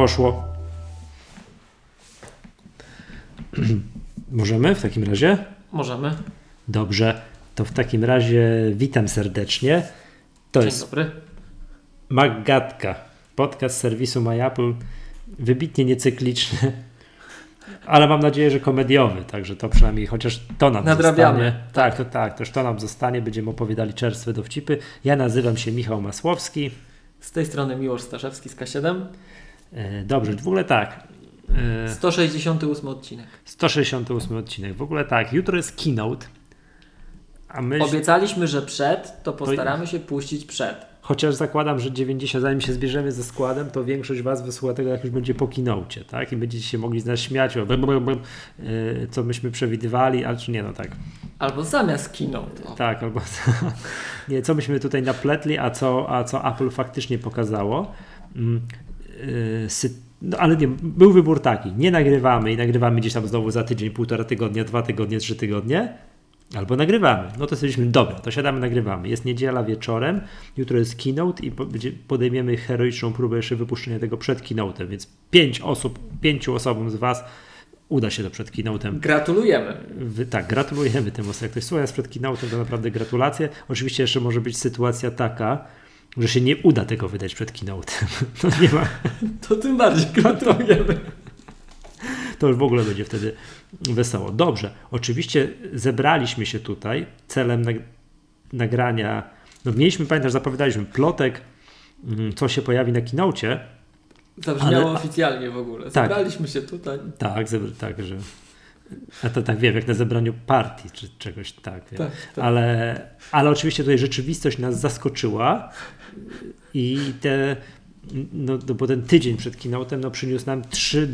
Poszło. Możemy w takim razie? Możemy. Dobrze, to w takim razie witam serdecznie. To Dzień dobry. Maggatka, podcast serwisu MyApple, wybitnie niecykliczny, ale mam nadzieję, że komediowy, także to przynajmniej chociaż to nam nadrabiamy. Zostanie. Tak, też to nam zostanie, będziemy opowiadali czerstwe dowcipy. Ja nazywam się Michał Masłowski. Z tej strony Miłosz Staszewski z K7. Dobrze, w ogóle tak. 168 odcinek. 168 odcinek. W ogóle tak, jutro jest keynote. A my obiecaliśmy, że przed, to postaramy się puścić przed. Chociaż zakładam, że 90, zanim się zbierzemy ze składem, to większość was wysłucha tego, jak już będzie po keynocie, tak? I będziecie się mogli z nas śmiać o co myśmy przewidywali, ale czy nie, no tak. Albo zamiast keynote. O. Tak, albo nie, co myśmy tutaj napletli, a co Apple faktycznie pokazało. No, ale nie, był wybór taki, nie nagrywamy i nagrywamy gdzieś tam znowu za tydzień, 1,5 tygodnia, 2 tygodnie, 3 tygodnie, albo nagrywamy. No to stwierdziliśmy, dobra, to siadamy, nagrywamy. Jest niedziela wieczorem, jutro jest keynote i podejmiemy heroiczną próbę jeszcze wypuszczenia tego przed keynote'em, więc 5 osobom z was uda się to przed keynote'em. Gratulujemy. Tak, gratulujemy tym osobom. Jak ktoś słucha nas przed keynote'em, to naprawdę gratulacje. Oczywiście jeszcze może być sytuacja taka, że się nie uda tego wydać przed keynote'em. To nie ma. To tym bardziej gratulujemy. To już w ogóle będzie wtedy wesoło. Dobrze, oczywiście zebraliśmy się tutaj celem nagrania, no mieliśmy, pamiętasz, zapowiadaliśmy plotek, co się pojawi na keynote'cie. Zabrzmiało oficjalnie w ogóle. Zebraliśmy się tutaj. Tak, że... A to tak wiem, jak na zebraniu partii czy czegoś tak. Tak. Ale oczywiście tutaj rzeczywistość nas zaskoczyła i bo ten tydzień przed keynote'em przyniósł nam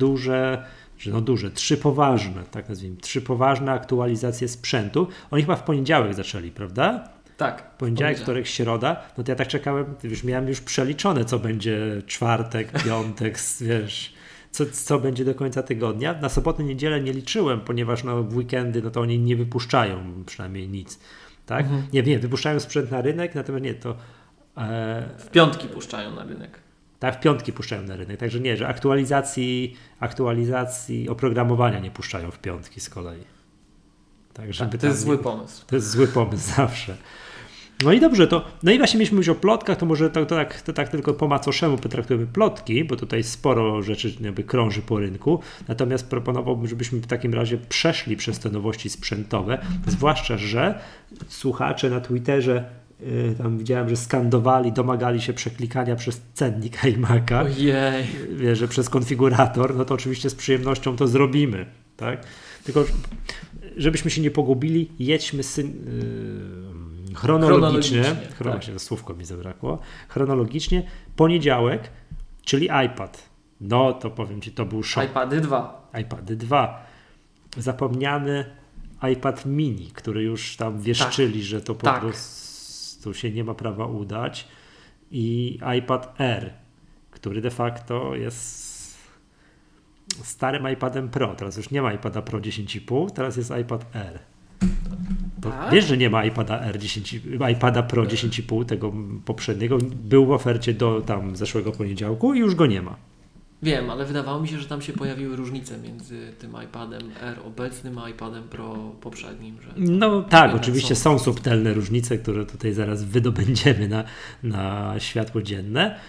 3 poważne, tak nazwijmy, 3 poważne aktualizacje sprzętu. Oni chyba w poniedziałek zaczęli, prawda? Tak. Poniedziałek, wtorek, środa. No to ja tak czekałem, miałem już przeliczone, co będzie czwartek, piątek, wiesz, co będzie do końca tygodnia. Na sobotę, niedzielę nie liczyłem, ponieważ w weekendy to oni nie wypuszczają przynajmniej nic. Tak? Nie, wypuszczają sprzęt na rynek, natomiast nie, to... W piątki puszczają na rynek. Tak, w piątki puszczają na rynek, także nie, że aktualizacji oprogramowania nie puszczają w piątki z kolei. Tak, żeby to jest zły pomysł. To jest zły pomysł zawsze. No i dobrze, no i właśnie mieliśmy mówić o plotkach, to może to tak tylko po macoszemu potraktujemy plotki, bo tutaj sporo rzeczy jakby krąży po rynku, natomiast proponowałbym, żebyśmy w takim razie przeszli przez te nowości sprzętowe, zwłaszcza, że słuchacze na Twitterze tam widziałem, że skandowali, domagali się przeklikania przez cennik iMac'a. Ojej. Wiesz, że przez konfigurator, no to oczywiście z przyjemnością to zrobimy, tak? Tylko żebyśmy się nie pogubili, jedźmy chronologicznie. Właśnie to słówko mi zabrakło. Chronologicznie, poniedziałek, czyli iPad. No to powiem ci, to był szok. iPady 2. Zapomniany iPad mini, który już tam wieszczyli, że to po prostu się nie ma prawa udać. I iPad Air, który de facto jest starym iPadem Pro. Teraz już nie ma iPada Pro 10,5, teraz jest iPad Air. Tak? Wiesz, że nie ma iPada Pro 10,5 tego poprzedniego. Był w ofercie do tam zeszłego poniedziałku i już go nie ma. Wiem, ale wydawało mi się, że tam się pojawiły różnice między tym iPadem Air obecnym a iPadem Pro poprzednim. Że no tak, oczywiście są subtelne różnice, które tutaj zaraz wydobędziemy na światło dzienne,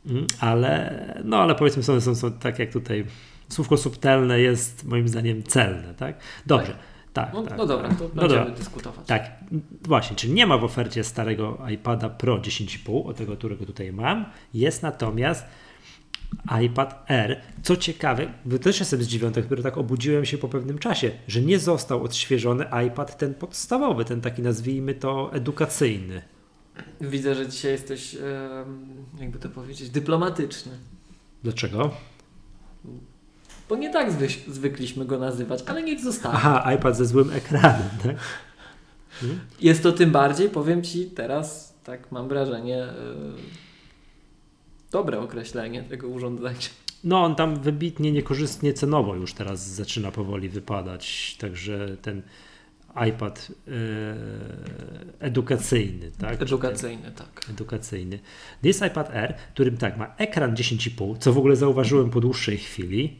ale powiedzmy są tak jak tutaj słówko subtelne jest moim zdaniem celne, tak? Dobrze. Tak, no dobra, to będziemy dyskutować. Tak, właśnie, czyli nie ma w ofercie starego iPada Pro 10,5, od tego, którego tutaj mam. Jest natomiast iPad Air. Co ciekawe, też jestem zdziwiony, który tak obudziłem się po pewnym czasie, że nie został odświeżony iPad ten podstawowy, ten taki nazwijmy to edukacyjny. Widzę, że dzisiaj jesteś, jakby to powiedzieć, dyplomatyczny. Dlaczego? Bo nie tak zwykliśmy go nazywać, ale niech zostanie. Aha, iPad ze złym ekranem, tak? Jest to tym bardziej, powiem Ci teraz, tak mam wrażenie, dobre określenie tego urządzenia. No on tam wybitnie niekorzystnie cenowo już teraz zaczyna powoli wypadać, także ten iPad edukacyjny, tak? Edukacyjny, tak. Edukacyjny. Jest iPad Air, którym tak ma ekran 10,5, co w ogóle zauważyłem po dłuższej chwili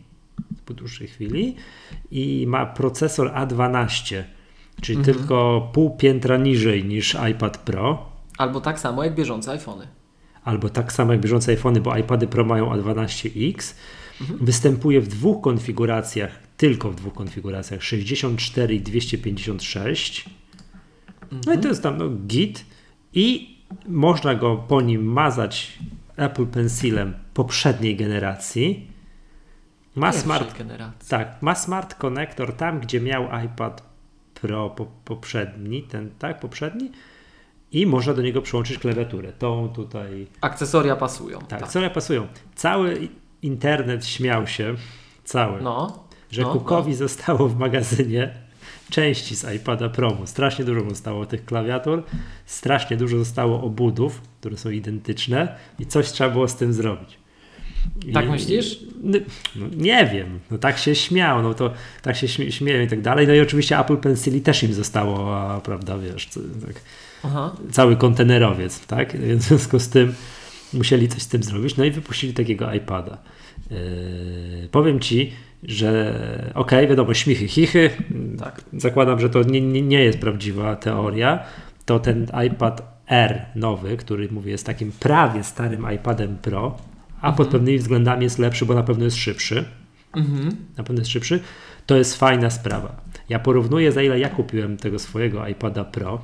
i ma procesor A12, czyli tylko pół piętra niżej niż iPad Pro. Albo tak samo jak bieżące iPhony. Bo iPady Pro mają A12X. Występuje w dwóch konfiguracjach, tylko w dwóch konfiguracjach, 64 i 256. No i to jest tam git. I można go po nim mazać Apple Pencilem poprzedniej generacji. Ma smart konektor tam, gdzie miał iPad Pro poprzedni, poprzedni. I można do niego przyłączyć klawiaturę. Tą tutaj... Akcesoria pasują. Tak, akcesoria pasują. Cały internet śmiał się, że Cookowi zostało w magazynie części z iPada Pro. Strasznie dużo zostało tych klawiatur, strasznie dużo zostało obudów, które są identyczne i coś trzeba było z tym zrobić. Tak myślisz? No, nie wiem, tak się śmiał, tak się śmieją i tak dalej. No i oczywiście Apple Pencili też im zostało, prawda, wiesz, tak, cały kontenerowiec, tak? W związku z tym musieli coś z tym zrobić, no i wypuścili takiego iPada. Powiem Ci, że wiadomo, śmichy, chichy, tak. Zakładam, że to nie jest prawdziwa teoria, to ten iPad Air nowy, który mówię jest takim prawie starym iPadem Pro, a pod pewnymi względami jest lepszy, bo na pewno jest szybszy. Na pewno jest szybszy. To jest fajna sprawa. Ja porównuję, za ile ja kupiłem tego swojego iPada Pro.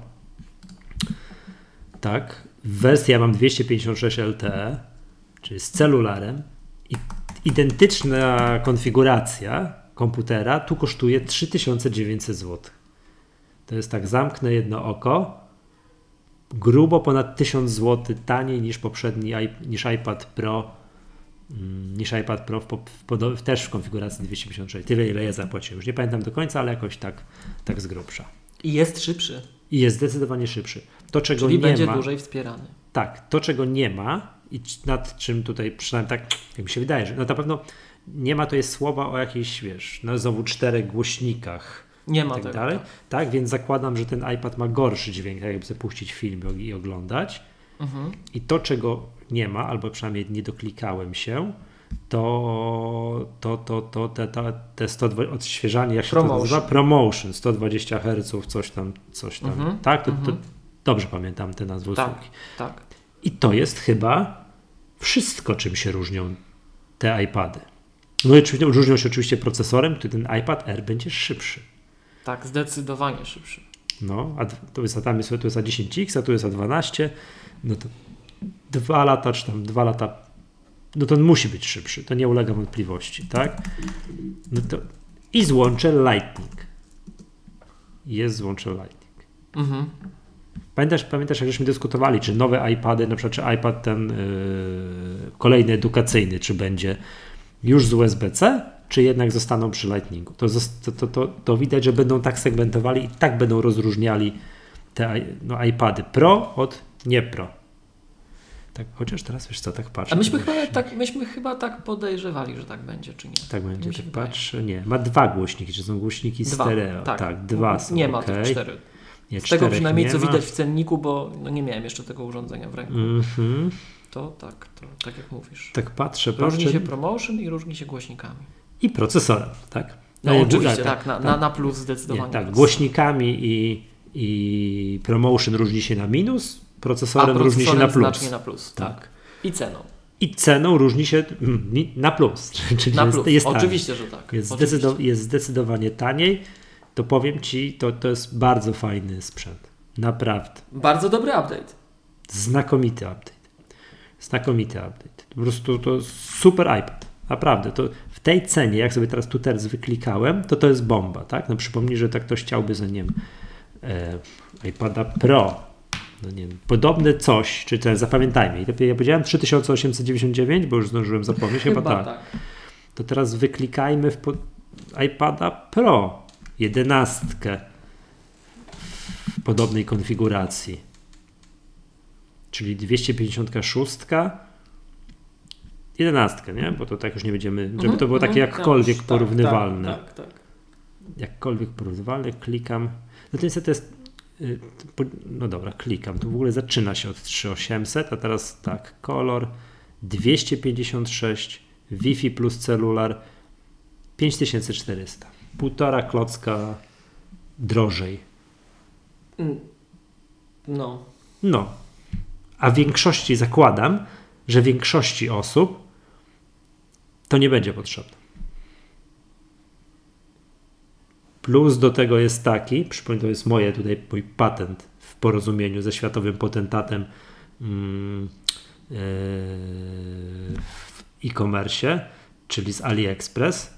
Tak. W wersji ja mam 256 LTE, czyli z celularem i identyczna konfiguracja komputera tu kosztuje 3900 zł. To jest tak, zamknę jedno oko, grubo ponad 1000 zł taniej niż poprzedni, niż iPad Pro, też w konfiguracji 256. Tyle, ile ja zapłaciłem. Już nie pamiętam do końca, ale jakoś tak z grubsza. I jest szybszy. I jest zdecydowanie szybszy. To, czego Czyli nie będzie ma, dłużej wspierany. Tak, to czego nie ma i nad czym tutaj przynajmniej tak, jak mi się wydaje, że na pewno nie ma, to jest słowa o jakichś, znowu 4 głośnikach. Nie ma tak tego. Dalej. Tak, więc zakładam, że ten iPad ma gorszy dźwięk, tak jakby sobie puścić film i oglądać. I to, czego nie ma, albo przynajmniej nie doklikałem się, to te 120, odświeżanie, jak się to nazywa? Promotion, 120 Hz, coś tam. Tak, to dobrze pamiętam te nazwy usługi. Tak. I to jest chyba wszystko, czym się różnią te iPady. No i różnią się oczywiście procesorem, który ten iPad Air będzie szybszy. Tak, zdecydowanie szybszy. No, a to jest A10X, a tu jest A12, no to 2 lata, czy tam 2 lata, no to on musi być szybszy, to nie ulega wątpliwości, tak? No to i złącze Lightning. Jest złącze Lightning. Pamiętasz, jak żeśmy dyskutowali, czy nowe iPady, na przykład czy iPad ten kolejny edukacyjny, czy będzie już z USB-C, czy jednak zostaną przy Lightningu. To widać, że będą tak segmentowali i tak będą rozróżniali te iPady Pro od nie Pro. Tak, chociaż teraz wiesz co, tak patrzę. A myśmy chyba tak podejrzewali, że tak będzie, czy nie? Tak będzie, tak patrzę. Nie, ma 2 głośniki, czy są głośniki stereo. Tak, 2 są. Nie ma tych 4. Nie, z tego przynajmniej co widać w cenniku, bo nie miałem jeszcze tego urządzenia w ręku. To tak jak mówisz. Tak patrzę. Różni się promotion i różni się głośnikami. I procesorem, tak? No oczywiście, na plus zdecydowanie. Nie, tak, głośnikami i promotion różni się na minus, procesorem różni się na plus. Znacznie na plus, tak. I ceną. I ceną różni się na plus. Czyli na plus, jest oczywiście, że tak. Jest zdecydowanie taniej. To powiem Ci, to jest bardzo fajny sprzęt. Naprawdę. Bardzo dobry update. Znakomity update. Po prostu to super iPad. Naprawdę. To w tej cenie, jak sobie teraz wyklikałem, to jest bomba, tak? No przypomnij, że tak ktoś chciałby za iPada Pro, no nie wiem, podobne coś, czy to zapamiętajmy. Ja powiedziałem 3899, bo już zdążyłem zapomnieć, chyba tak. To teraz wyklikajmy w iPada Pro 11 w podobnej konfiguracji, czyli 256 11, nie? Bo to tak już nie będziemy, żeby to było takie jakkolwiek porównywalne. Tak. jakkolwiek porównywalny, klikam. No to niestety jest, no dobra, klikam. Tu w ogóle zaczyna się od 3800, a teraz tak, kolor 256, Wi-Fi plus celular 5400. 1,5 klocka drożej. No. A większości zakładam, że większości osób to nie będzie potrzebne. Plus do tego jest taki, przypomnę, to jest mój patent w porozumieniu ze światowym potentatem w e-commerce, czyli z AliExpress,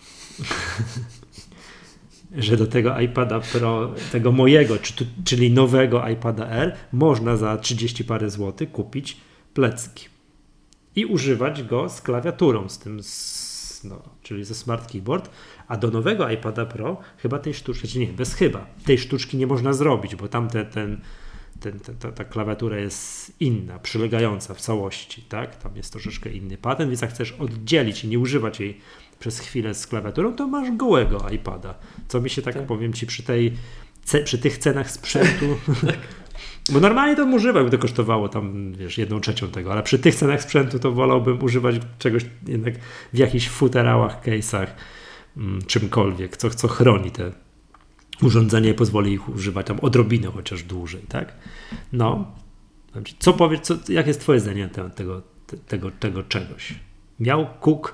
że do tego iPada Pro, tego mojego, czyli nowego iPada R, można za 30 parę złotych kupić plecki i używać go z klawiaturą, czyli ze Smart Keyboard, a do nowego iPada Pro chyba tej sztuczki, tej sztuczki nie można zrobić, bo tam ta klawiatura jest inna, przylegająca w całości, tak? Tam jest troszeczkę inny patent, więc jak chcesz oddzielić i nie używać jej przez chwilę z klawiaturą, to masz gołego iPada. Co mi się tak powiem ci przy tych cenach sprzętu, bo normalnie to używam, by to kosztowało tam, 1/3 tego, ale przy tych cenach sprzętu to wolałbym używać czegoś jednak w jakichś futerałach, case'ach, czymkolwiek, co chroni te urządzenie i pozwoli ich używać tam odrobinę chociaż dłużej, tak? No, co powiesz, jak jest twoje zdanie na temat tego czegoś? Miał Cook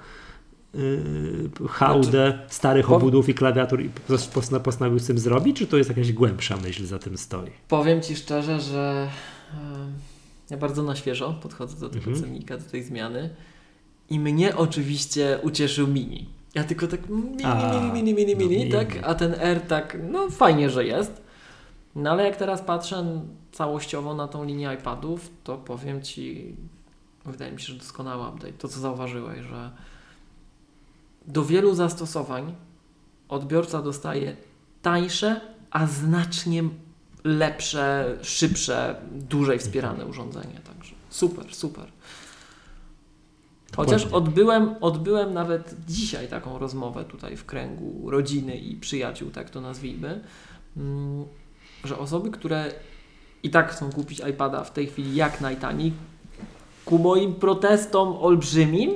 hałdę starych obudów i klawiatur i postanowił z tym zrobić, czy to jest jakaś głębsza myśl za tym stoi? Powiem ci szczerze, że ja bardzo na świeżo podchodzę do tego cennika, do tej zmiany i mnie oczywiście ucieszył Mini. Ja tylko tak mini, tak? A ten R tak, no fajnie, że jest. No ale jak teraz patrzę całościowo na tą linię iPadów, to powiem ci, wydaje mi się, że doskonały update. To, co zauważyłeś, że do wielu zastosowań odbiorca dostaje tańsze, a znacznie lepsze, szybsze, dłużej wspierane urządzenie. Także super. Chociaż odbyłem nawet dzisiaj taką rozmowę tutaj w kręgu rodziny i przyjaciół, tak to nazwijmy, że osoby, które i tak chcą kupić iPada w tej chwili jak najtaniej, ku moim protestom olbrzymim,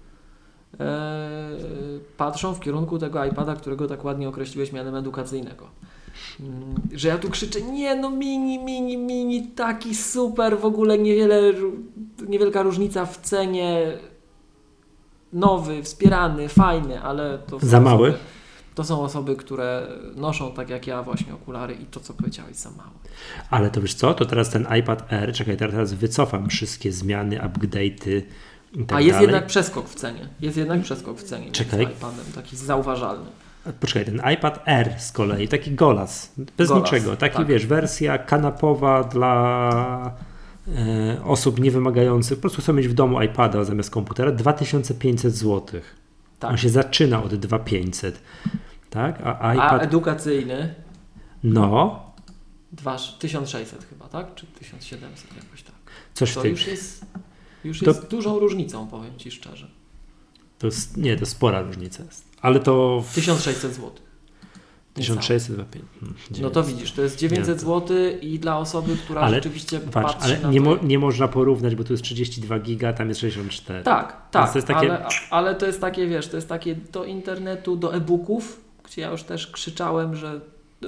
patrzą w kierunku tego iPada, którego tak ładnie określiłeś mianem edukacyjnego. Że ja tu krzyczę, nie no mini, taki super, w ogóle niewielka różnica w cenie, nowy, wspierany, fajny, ale to za mały. To są osoby, które noszą tak jak ja właśnie okulary i to, co powiedziałeś, za małe. Ale to wiesz co, to teraz ten iPad Air, czekaj, teraz wycofam wszystkie zmiany, update'y i tak jest dalej. jednak przeskok w cenie. Czekaj. Między iPadem, taki zauważalny. Poczekaj, ten iPad Air z kolei, taki golas, bez niczego, taki tak. Wiesz, wersja kanapowa dla osób niewymagających, po prostu chcą mieć w domu iPada zamiast komputera, 2500 zł. Tak. On się zaczyna od 2500, tak? A edukacyjny? No. 1600 chyba, tak? Czy 1700 jakoś tak. Coś to już jest dużą różnicą, powiem ci szczerze. To spora różnica jest. Ale to 1600 zł. 1600 za 5. No to widzisz, to jest 900 zł i dla osoby, która rzeczywiście patrzy na to. Nie można porównać, bo tu jest 32 giga, tam jest 64. Tak, to jest takie... ale to jest takie, wiesz, to jest takie do internetu, do e-booków, gdzie ja już też krzyczałem, że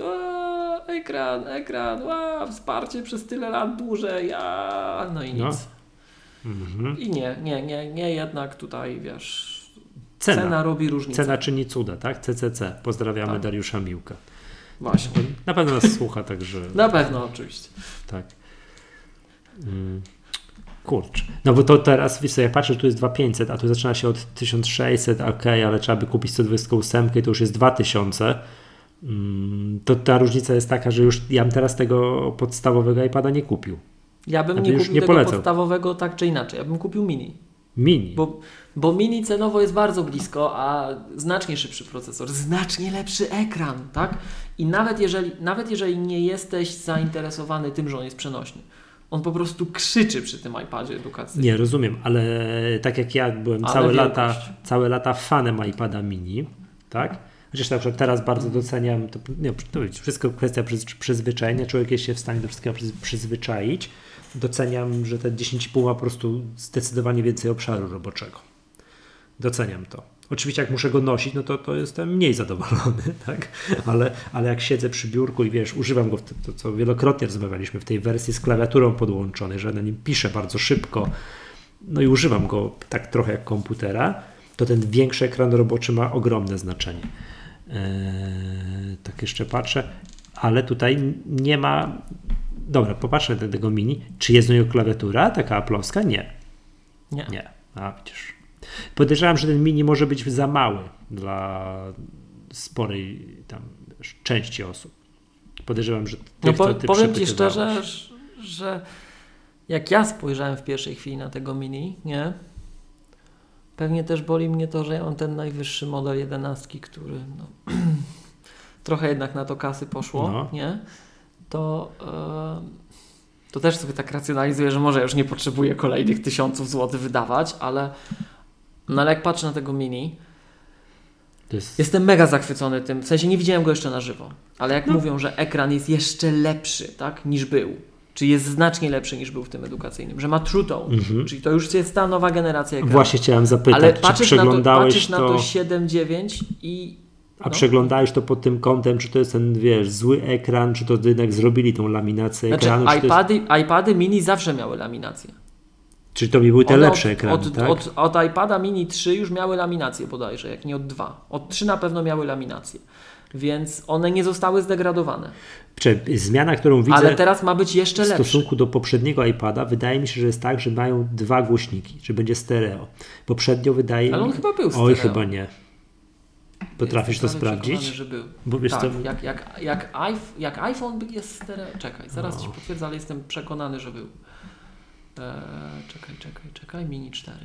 ekran, wsparcie przez tyle lat dłużej, no i nic. No. I nie, jednak tutaj, wiesz... Cena robi różnicę. Cena czyni cuda, tak? CCC. Pozdrawiamy tak. Dariusza Miłka. Właśnie. Na pewno nas słucha, także... Na pewno, oczywiście. Tak. Kurczę. No bo to teraz, wiesz co, jak patrzę, tu jest 2500, a tu zaczyna się od 1600, ale trzeba by kupić 128 i to już jest 2000. To ta różnica jest taka, że już ja bym teraz tego podstawowego iPada nie kupił. Ja bym nie kupił tego podstawowego tak czy inaczej. Ja bym kupił mini. Bo mini cenowo jest bardzo blisko, a znacznie szybszy procesor, znacznie lepszy ekran, tak? I nawet jeżeli nie jesteś zainteresowany tym, że on jest przenośny, on po prostu krzyczy przy tym iPadzie edukacyjnym. Nie, rozumiem, ale tak jak ja byłem całe lata fanem iPada mini, tak? Chociaż na przykład teraz bardzo doceniam, to wszystko kwestia przyzwyczajenia, człowiek jest się w stanie do wszystkiego przyzwyczaić. Doceniam, że te 10,5 ma po prostu zdecydowanie więcej obszaru roboczego. Doceniam to. Oczywiście jak muszę go nosić, no to jestem mniej zadowolony, tak? Ale jak siedzę przy biurku i wiesz, używam go, to co wielokrotnie rozmawialiśmy w tej wersji z klawiaturą podłączonej, że na nim piszę bardzo szybko, no i używam go tak trochę jak komputera, to ten większy ekran roboczy ma ogromne znaczenie. Tak jeszcze patrzę, ale tutaj nie ma... Dobra, popatrzę na tego mini. Czy jest do niego klawiatura taka aplowska? Nie. A widzisz. Podejrzewam, że ten mini może być za mały dla sporej tam części osób. Podejrzewam, że powiem Ci szczerze, że jak ja spojrzałem w pierwszej chwili na tego mini, nie? Pewnie też boli mnie to, że ja mam ten najwyższy model 11, który trochę jednak na to kasy poszło, nie? To też sobie tak racjonalizuję, że może już nie potrzebuję kolejnych 1000 złotych wydawać, ale jak patrzę na tego mini, jestem mega zachwycony tym, w sensie nie widziałem go jeszcze na żywo, ale jak mówią, że ekran jest jeszcze lepszy, tak, niż był, czy jest znacznie lepszy niż był w tym edukacyjnym, że ma True Tone, czyli to już jest ta nowa generacja ekranu. Właśnie chciałem zapytać, ale czy przeglądałeś patrzysz na to 7.9 i a przeglądałeś to pod tym kątem, czy to jest ten, zły ekran, czy to jednak zrobili tą laminację ekranu? iPady mini zawsze miały laminację. Czyli to były te lepsze ekrany, tak? Od iPada mini 3 już miały laminację bodajże, jak nie od 2. Od 3 na pewno miały laminację. Więc one nie zostały zdegradowane. Zmiana, którą widzę, ale teraz ma być jeszcze lepszy. W stosunku do poprzedniego iPada wydaje mi się, że jest tak, że mają 2 głośniki, że będzie stereo. Poprzednio wydaje mi się... Ale on chyba był stereo. Oj, chyba nie. Potrafisz to sprawdzić? Że był. Bo wiesz, tak, to... jak iPhone jest stereo... Czekaj, zaraz Ci potwierdzę, ale jestem przekonany, że był. Czekaj, Mini 4.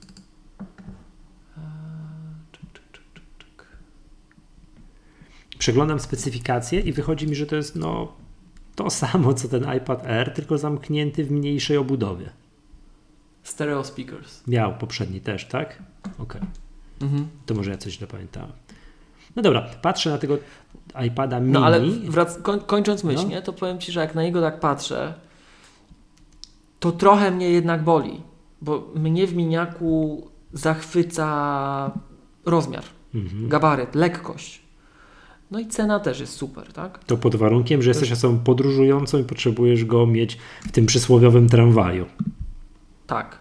Przeglądam specyfikację i wychodzi mi, że to jest to samo, co ten iPad Air, tylko zamknięty w mniejszej obudowie. Stereo speakers. Miał poprzedni też, tak? Okej. To może ja coś pamiętałem. No dobra, patrzę na tego iPada mini. No ale kończąc myśl, nie, to powiem Ci, że jak na niego tak patrzę, to trochę mnie jednak boli, bo mnie w miniaku zachwyca rozmiar, gabaryt, lekkość. No i cena też jest super, tak? To pod warunkiem, że jesteś osobą podróżującą i potrzebujesz go mieć w tym przysłowiowym tramwaju. Tak,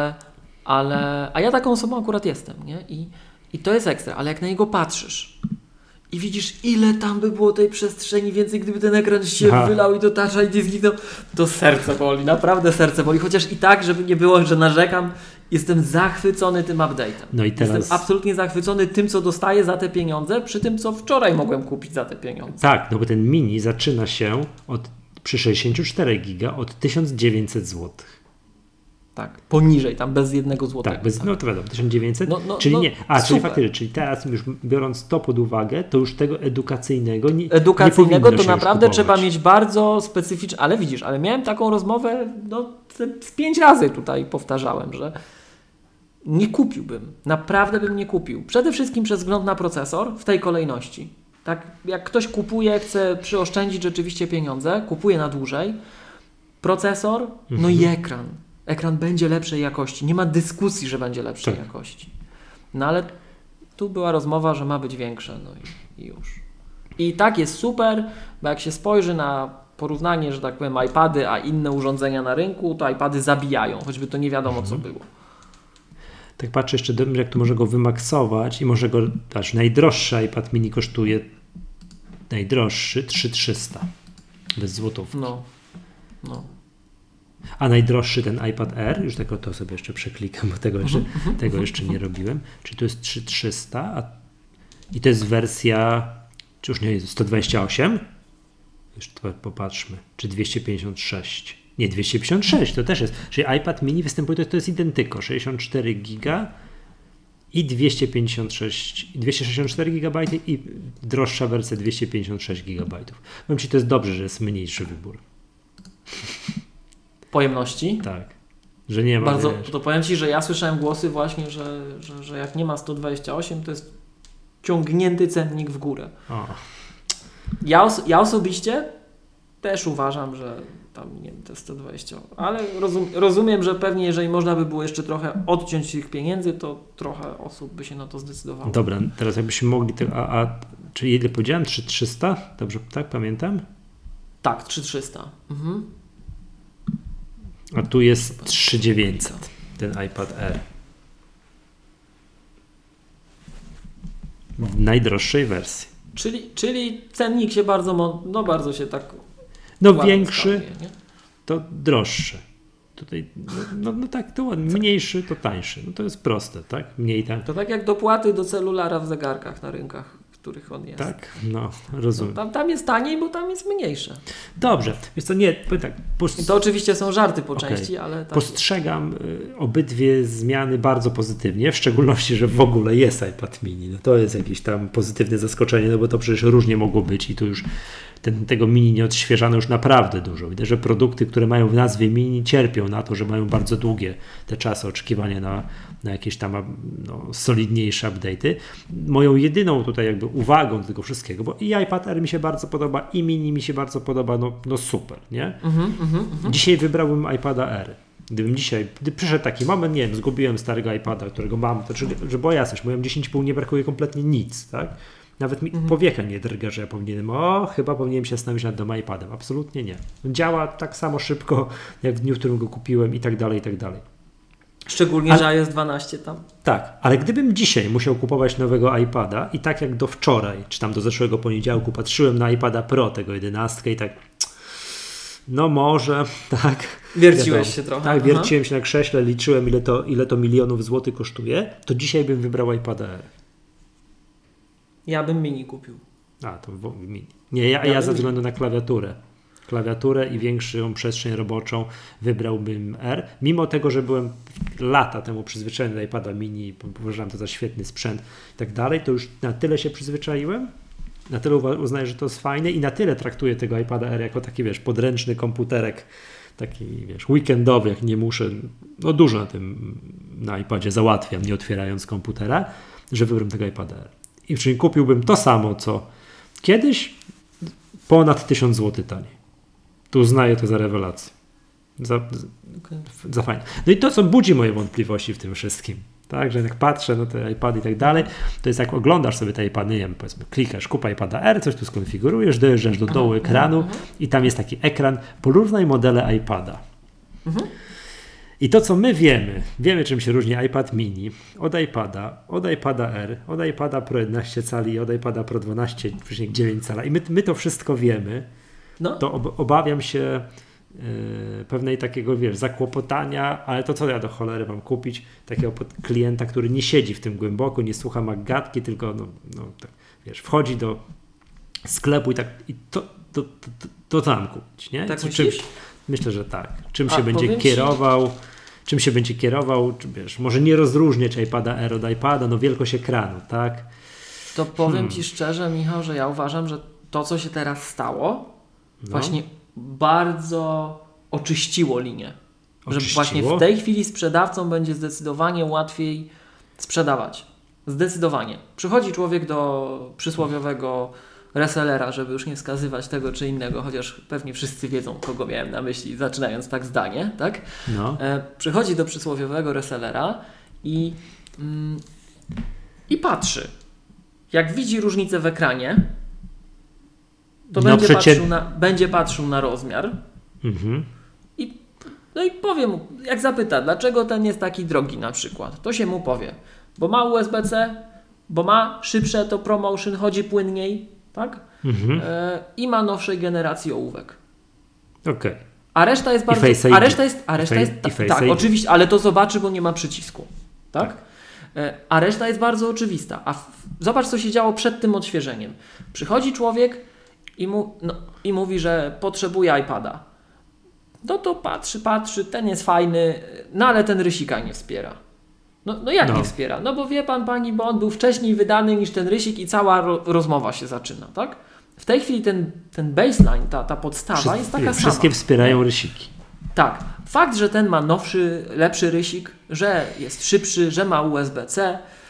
a ja taką osobą akurat jestem, nie? I to jest ekstra, ale jak na niego patrzysz i widzisz, ile tam by było tej przestrzeni więcej, gdyby ten ekran się wylał i to Touch ID zginął, to serce boli, naprawdę serce boli. Chociaż i tak, żeby nie było, że narzekam, jestem zachwycony tym update'em. No i teraz... Jestem absolutnie zachwycony tym, co dostaję za te pieniądze, przy tym, co wczoraj mogłem kupić za te pieniądze. Tak, no bo ten mini zaczyna się przy 64 giga od 1900 zł. Tak, poniżej, tam bez 1 złotego. Tak, no to wiadomo, 1900, czyli nie. Czyli faktycznie, czyli teraz już biorąc to pod uwagę, to już tego edukacyjnego nie to naprawdę trzeba mieć bardzo specyficzne, ale widzisz, ale miałem taką rozmowę, z 5 razy tutaj powtarzałem, że nie kupiłbym, naprawdę bym nie kupił. Przede wszystkim przez wzgląd na procesor w tej kolejności. Tak, jak ktoś kupuje, chce przyoszczędzić rzeczywiście pieniądze, kupuje na dłużej, procesor, i ekran. Ekran będzie lepszej jakości. Nie ma dyskusji, że będzie lepszej jakości. No ale tu była rozmowa, że ma być większe. No i już. I tak jest super, bo jak się spojrzy na porównanie, że tak powiem, iPady, a inne urządzenia na rynku, to iPady zabijają, choćby to nie wiadomo, co było. Tak patrzę jeszcze, jak tu może go wymaksować i może go, najdroższy iPad mini kosztuje, najdroższy 3300 bez złotówki. No. A najdroższy ten iPad Air, już tylko to sobie jeszcze przeklikam, bo tego jeszcze nie robiłem. Czy to jest 3300 i to jest wersja, czy już nie jest 128? Już popatrzmy, czy 256? Nie, 256 to też jest. Czyli iPad mini występuje, to jest identyko, 64 giga i 264 GB i droższa wersja 256 GB. Powiem Ci, to jest dobrze, że jest mniejszy wybór. Pojemności? Tak. Że nie ma. Bardzo, to powiem Ci, że ja słyszałem głosy właśnie, że jak nie ma 128, to jest ciągnięty cennik w górę. O. Ja osobiście też uważam, że tam, nie wiem, te 120, ale rozumiem, że pewnie jeżeli można by było jeszcze trochę odciąć tych pieniędzy, to trochę osób by się na to zdecydowało. Dobra, teraz jakbyśmy mogli, czyli ile powiedziałem? 3300? Dobrze, tak pamiętam? Tak, 3300. Mhm. A tu jest 3900, ten iPad Air. W najdroższej wersji. Czyli cennik się bardzo się tak... większy, stawuje, nie? to droższy. Tutaj, tak, to mniejszy, to tańszy. To jest proste, tak? Mniej tam. To tak jak dopłaty do celulara w zegarkach na rynkach, w których on jest. Tak, rozumiem. Tam jest taniej, bo tam jest mniejsze. Dobrze, wiesz co, nie, tak. To oczywiście są żarty po części, ale... Tak. Postrzegam obydwie zmiany bardzo pozytywnie, w szczególności, że w ogóle jest iPad mini. To jest jakieś tam pozytywne zaskoczenie, bo to przecież różnie mogło być i tu już tego mini nie odświeżano już naprawdę dużo. Widać, że produkty, które mają w nazwie mini, cierpią na to, że mają bardzo długie te czasy oczekiwania na jakieś tam solidniejsze update'y. Moją jedyną tutaj jakby uwagą do tego wszystkiego, bo i iPad Air mi się bardzo podoba, i mini mi się bardzo podoba, super, nie? Dzisiaj wybrałbym iPada Air. Gdy przyszedł taki moment, nie wiem, zgubiłem starego iPada, którego mam, to że była jasność, moją 10,5 nie brakuje kompletnie nic, tak? Nawet mi powieka nie drga, że ja chyba powinienem się zastanowić nad tym iPadem. Absolutnie nie. Działa tak samo szybko, jak w dniu, w którym go kupiłem i tak dalej, i tak dalej. Szczególnie, że jest 12 tam. Tak, ale gdybym dzisiaj musiał kupować nowego iPada i tak jak do wczoraj, czy tam do zeszłego poniedziałku patrzyłem na iPada Pro, tego 11 i tak może, tak. Wierciłeś się trochę. Tak, wierciłem się na krześle, liczyłem ile to milionów złotych kosztuje, to dzisiaj bym wybrał iPada Air. Ja bym mini kupił. To mini. Nie, ja ze względu na klawiaturę i większą przestrzeń roboczą wybrałbym R. Mimo tego, że byłem lata temu przyzwyczajony do iPada mini, uważałem to za świetny sprzęt i tak dalej, to już na tyle się przyzwyczaiłem, na tyle uznaję, że to jest fajne i na tyle traktuję tego iPada R jako taki, podręczny komputerek, taki, weekendowy, jak nie muszę, dużo na iPadzie załatwiam, nie otwierając komputera, że wybrałem tego iPada R. I czyli kupiłbym to samo, co kiedyś, ponad 1000 zł taniej. Tu uznaję to za rewelację. Za fajne. No i to, co budzi moje wątpliwości w tym wszystkim, tak, że jak patrzę na te iPady i tak dalej, to jest jak oglądasz sobie te iPady, nie wiem, powiedzmy, klikasz, kupa iPada R, coś tu skonfigurujesz, dojeżdżasz do dołu ekranu i tam jest taki ekran, porównaj modele iPada. I to, co my wiemy, czym się różni iPad mini od iPada R, od iPada Pro 11 cali i od iPada Pro 12,9 cala. I my to wszystko wiemy. To obawiam się pewnej takiego, zakłopotania, ale to co ja do cholery mam kupić? Takiego klienta, który nie siedzi w tym głęboko, nie słucha magatki, tylko tak, wchodzi do sklepu i to tam kupić, nie? Tak myślisz? Myślę, że tak. Czym się będzie kierował, czy może nie rozróżnię czy iPada Air od iPada, wielkość ekranu, tak? To powiem Ci szczerze, Michał, że ja uważam, że to, co się teraz stało, właśnie bardzo oczyściło linię. Że właśnie w tej chwili sprzedawcom będzie zdecydowanie łatwiej sprzedawać. Zdecydowanie. Przychodzi człowiek do przysłowiowego resellera, żeby już nie wskazywać tego czy innego, chociaż pewnie wszyscy wiedzą, kogo miałem na myśli, zaczynając tak zdanie, tak? Przychodzi do przysłowiowego resellera i patrzy. Jak widzi różnicę w ekranie, to będzie patrzył na rozmiar i powie mu, jak zapyta, dlaczego ten jest taki drogi na przykład, to się mu powie, bo ma USB-C, bo ma szybsze to ProMotion, chodzi płynniej, tak? I ma nowszej generacji ołówek. Okej. A reszta jest bardzo... Tak, oczywiście, ale to zobaczy, bo nie ma przycisku. Tak? A reszta jest bardzo oczywista. Zobacz, co się działo przed tym odświeżeniem. Przychodzi człowiek i mówi, że potrzebuje iPada. To patrzy, ten jest fajny, ale ten rysika nie wspiera. Jak nie wspiera? Bo wie pani, bo on był wcześniej wydany niż ten rysik i cała rozmowa się zaczyna, tak? W tej chwili ten baseline, ta podstawa jest taka sama. Wszystkie wspierają rysiki. Tak. Fakt, że ten ma nowszy, lepszy rysik, że jest szybszy, że ma USB-C,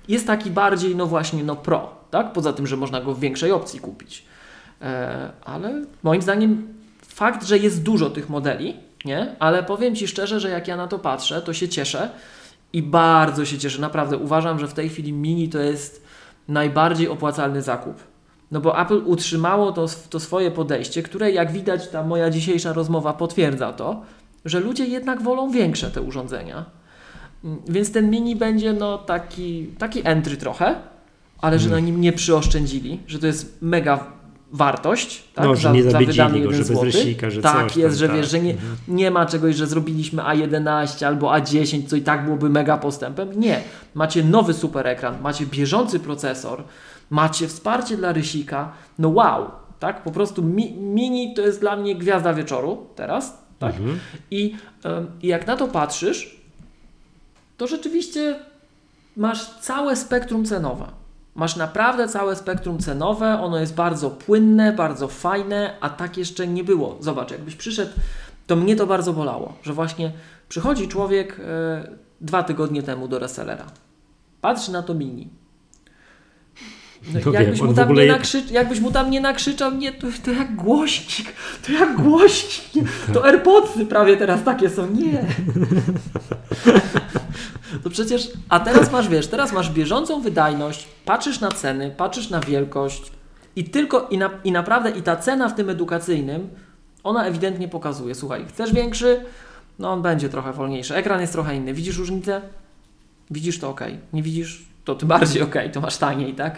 jest taki bardziej, no właśnie, no pro, tak? Poza tym, że można go w większej opcji kupić. Ale moim zdaniem fakt, że jest dużo tych modeli, nie? Ale powiem Ci szczerze, że jak ja na to patrzę, to się cieszę i bardzo się cieszę. Naprawdę uważam, że w tej chwili Mini to jest najbardziej opłacalny zakup. No bo Apple utrzymało to swoje podejście, które jak widać ta moja dzisiejsza rozmowa potwierdza to, że ludzie jednak wolą większe te urządzenia. Więc ten Mini będzie no taki entry trochę, ale że na nim nie przyoszczędzili, że to jest mega wartość, tak? No, że nie za wydany go, 1 że bez rysika, że tak coś jest, tam, że wiesz, że nie ma czegoś, że zrobiliśmy A11 albo A10, co i tak byłoby mega postępem. Nie. Macie nowy super ekran, macie bieżący procesor, macie wsparcie dla rysika. No wow, tak? Po prostu Mini to jest dla mnie gwiazda wieczoru teraz, tak? I jak na to patrzysz, to rzeczywiście masz całe spektrum cenowe. Masz naprawdę całe spektrum cenowe, ono jest bardzo płynne, bardzo fajne, a tak jeszcze nie było. Zobacz, jakbyś przyszedł, to mnie to bardzo bolało, że właśnie przychodzi człowiek 2 tygodnie temu do resellera, patrzy na to Mini. No, jakbyś mu tam nie nakrzyczał, nie, to jak głośnik, to AirPodsy prawie teraz takie są, nie. To przecież, a teraz masz, teraz masz bieżącą wydajność, patrzysz na ceny, patrzysz na wielkość i naprawdę i ta cena w tym edukacyjnym, ona ewidentnie pokazuje, słuchaj, chcesz większy, no on będzie trochę wolniejszy, ekran jest trochę inny, widzisz różnicę? Widzisz to ok, nie widzisz? To tym bardziej ok, to masz taniej, tak?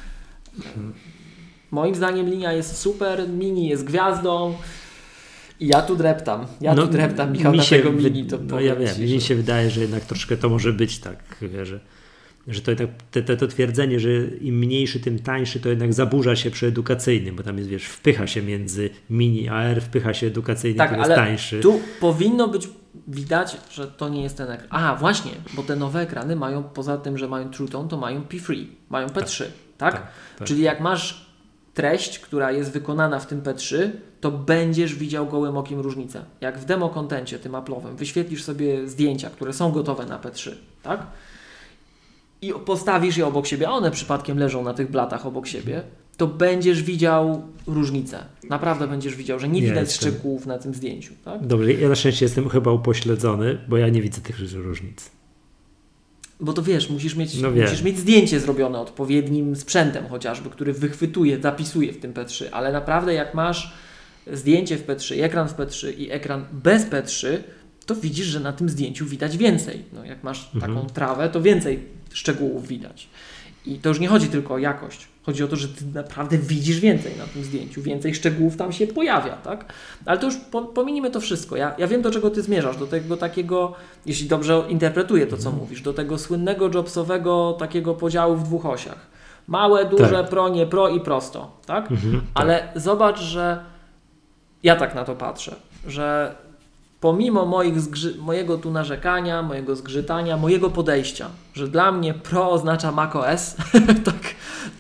Moim zdaniem linia jest super, Mini jest gwiazdą i ja tu dreptam, Michał, na tego Mini. To ja wiem, mi się wydaje, że jednak troszkę to może być tak, że to jednak to twierdzenie, że im mniejszy, tym tańszy, to jednak zaburza się przy edukacyjnym, bo tam jest, wiesz, wpycha się między Mini a R, wpycha się edukacyjny, tak, który jest tańszy. Tu powinno być widać, że to nie jest ten ekran. Aha, właśnie, bo te nowe ekrany mają, poza tym, że mają True Tone, to mają P3, mają P3, tak? Czyli jak masz treść, która jest wykonana w tym P3, to będziesz widział gołym okiem różnicę. Jak w demo kontencie tym Apple'owym wyświetlisz sobie zdjęcia, które są gotowe na P3, tak? I postawisz je obok siebie, a one przypadkiem leżą na tych blatach obok siebie, to będziesz widział różnicę. Naprawdę będziesz widział, że nie widać szczegółów na tym zdjęciu. Tak? Dobrze, ja na szczęście jestem chyba upośledzony, bo ja nie widzę tych różnic. Bo to wiesz, musisz mieć zdjęcie zrobione odpowiednim sprzętem chociażby, który wychwytuje, zapisuje w tym P3, ale naprawdę jak masz zdjęcie w P3, ekran w P3 i ekran bez P3, to widzisz, że na tym zdjęciu widać więcej. No, jak masz taką trawę, to więcej szczegółów widać. I to już nie chodzi tylko o jakość. Chodzi o to, że ty naprawdę widzisz więcej na tym zdjęciu, więcej szczegółów tam się pojawia, tak? Ale to już pominimy to wszystko. Ja wiem, do czego ty zmierzasz, do tego takiego, jeśli dobrze interpretuję to, co mówisz, do tego słynnego Jobsowego takiego podziału w 2 osiach. Małe, duże, tak. Pro, nie pro i prosto, tak? Ale zobacz, że ja tak na to patrzę, że pomimo mojego tu narzekania, mojego zgrzytania, mojego podejścia, że dla mnie Pro oznacza macOS, tak,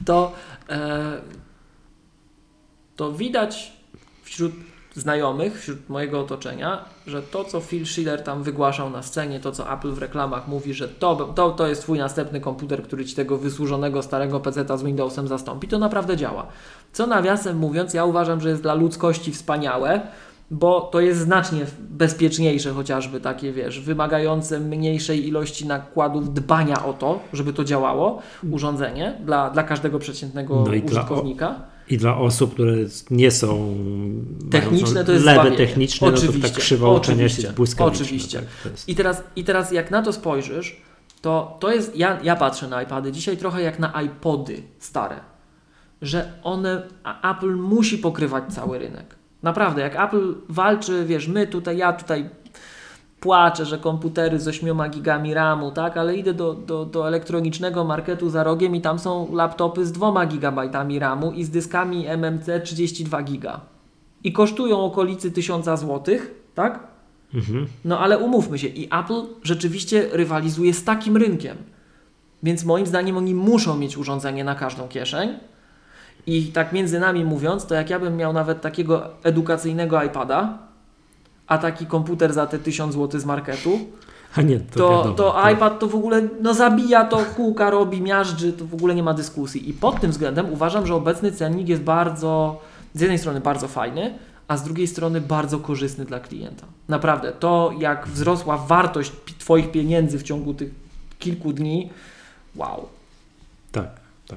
to widać wśród znajomych, wśród mojego otoczenia, że to, co Phil Schiller tam wygłaszał na scenie, to, co Apple w reklamach mówi, że to jest twój następny komputer, który ci tego wysłużonego starego PC-ta z Windowsem zastąpi, to naprawdę działa. Co nawiasem mówiąc, ja uważam, że jest dla ludzkości wspaniałe, bo to jest znacznie bezpieczniejsze, chociażby takie, wiesz, wymagające mniejszej ilości nakładów dbania o to, żeby to działało, urządzenie dla każdego przeciętnego użytkownika. I dla osób, które nie są techniczne, to jest lewe zbawienie. Techniczne, oczywiście, no to tak krzywa uczenia się błyskawiczna. Oczywiście. Tak, jest. I teraz jak na to spojrzysz, to jest, ja patrzę na iPady dzisiaj trochę jak na iPody stare, że Apple musi pokrywać cały rynek. Naprawdę, jak Apple walczy, wiesz, ja tutaj płaczę, że komputery z 8 gigami RAMu, tak, ale idę do elektronicznego marketu za rogiem i tam są laptopy z 2 gigabajtami RAMu i z dyskami MMC 32 giga. I kosztują okolicy 1000 zł, tak? No ale umówmy się, i Apple rzeczywiście rywalizuje z takim rynkiem. Więc moim zdaniem oni muszą mieć urządzenie na każdą kieszeń. I tak między nami mówiąc, to jak ja bym miał nawet takiego edukacyjnego iPada, a taki komputer za te 1000 zł z marketu, A nie, to iPad to w ogóle zabija to, kółka robi, miażdży, to w ogóle nie ma dyskusji. I pod tym względem uważam, że obecny cennik jest z jednej strony bardzo fajny, a z drugiej strony bardzo korzystny dla klienta. Naprawdę, to jak wzrosła wartość Twoich pieniędzy w ciągu tych kilku dni, wow. Tak.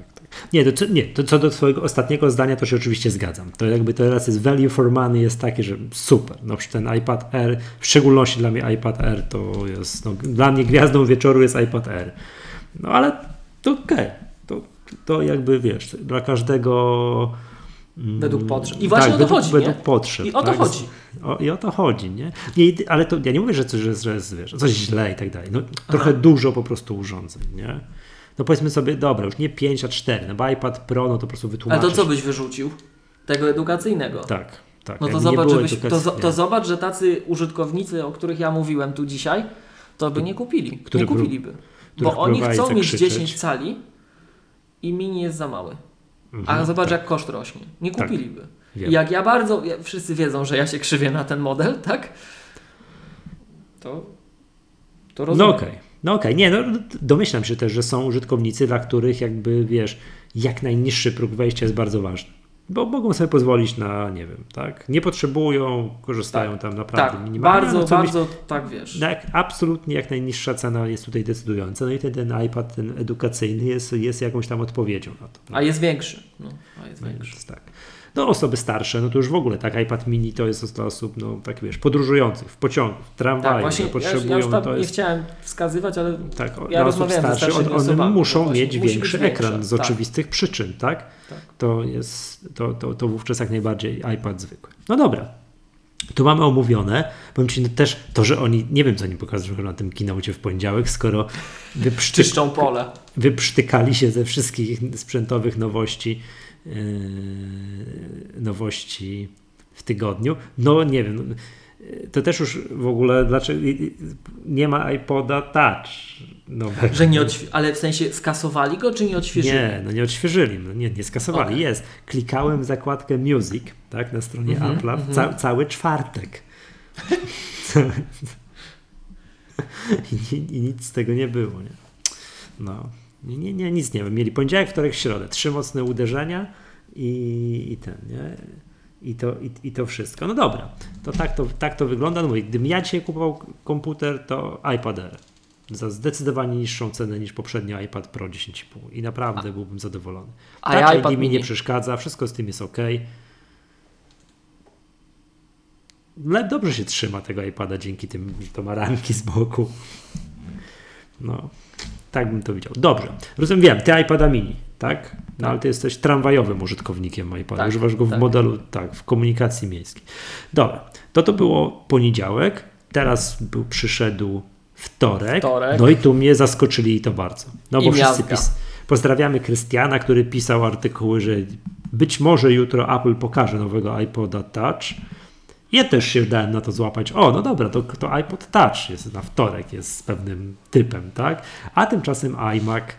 To co do Twojego ostatniego zdania, to się oczywiście zgadzam. To jakby teraz jest value for money jest takie, że super. No ten iPad Air, w szczególności dla mnie iPad Air to jest, dla mnie gwiazdą wieczoru jest iPad Air. No ale to okej. To jakby wiesz, dla każdego według potrzeb. I właśnie o to chodzi, według potrzeb. I o to chodzi. I o to chodzi, nie? Ale to ja nie mówię, że jest wiesz, coś źle i tak dalej. No, trochę dużo po prostu urządzeń, nie? No powiedzmy sobie, dobra, już nie 5, a 4, no bo iPad Pro, no to po prostu wytłumaczysz. Ale to co byś wyrzucił? Tego edukacyjnego. Tak. No to zobacz, że tacy użytkownicy, o których ja mówiłem tu dzisiaj, to by nie kupili. Nie kupiliby. Bo oni chcą mieć 10 cali i mini jest za mały. A zobacz, jak koszt rośnie. Nie kupiliby. I jak wszyscy wiedzą, że ja się krzywię na ten model, tak? To rozumiem. No okej. Nie, domyślam się też, że są użytkownicy, dla których jakby, wiesz, jak najniższy próg wejścia jest bardzo ważny. Bo mogą sobie pozwolić na, nie wiem, tak? Nie potrzebują, korzystają tam naprawdę minimalnie. Bardzo, tak wiesz. Tak, absolutnie jak najniższa cena jest tutaj decydująca. No i ten iPad, ten edukacyjny jest jakąś tam odpowiedzią na to. A jest większy. Tak. No osoby starsze, no to już w ogóle tak, iPad mini to jest dla osób, no tak wiesz, podróżujących, w pociągu, w tramwaju, właśnie, potrzebują. Ja już tam nie chciałem wskazywać, ale ja rozmawiałem ze starszymi osobami. One muszą mieć większy ekran z oczywistych przyczyn, tak? To jest, to wówczas jak najbardziej iPad zwykły. No dobra. Tu mamy omówione, powiem Ci też to, że oni, nie wiem co oni pokazują na tym keynocie w poniedziałek, skoro czyszczą pole. Wyprztykali się ze wszystkich sprzętowych nowości w tygodniu. No nie wiem, to też już w ogóle dlaczego nie ma iPoda Touch nowego. Że ale w sensie skasowali go, czy nie odświeżyli? Nie odświeżyli, nie skasowali. Okay. Jest. Klikałem w zakładkę Music, tak, na stronie Apple'a cały czwartek. I nic z tego nie było, nie? No. Nie, nic nie wiem. Mieli poniedziałek, wtorek, środę. 3 mocne uderzenia i ten, nie? I to wszystko. No dobra, to tak to wygląda. No mówię, gdybym ja dzisiaj kupował komputer, to iPad Air za zdecydowanie niższą cenę niż poprzedni iPad Pro 10,5 i naprawdę byłbym zadowolony. A iPad mi nie przeszkadza, wszystko z tym jest ok. Dobrze się trzyma tego iPada dzięki tym, że to ma ramki z boku. No, tak bym to widział. Dobrze, rozumiem, ty iPada mini, tak? No ale ty jesteś tramwajowym użytkownikiem iPada, tak, używasz go w modelu, w komunikacji miejskiej. Dobra, to było poniedziałek, teraz przyszedł wtorek, no i tu mnie zaskoczyli i to bardzo. No bo wszyscy pozdrawiamy Krystiana, który pisał artykuły, że być może jutro Apple pokaże nowego iPoda Touch. Ja też się dałem na to złapać. No dobra, to iPod Touch jest na wtorek, jest z pewnym typem, tak? A tymczasem iMac.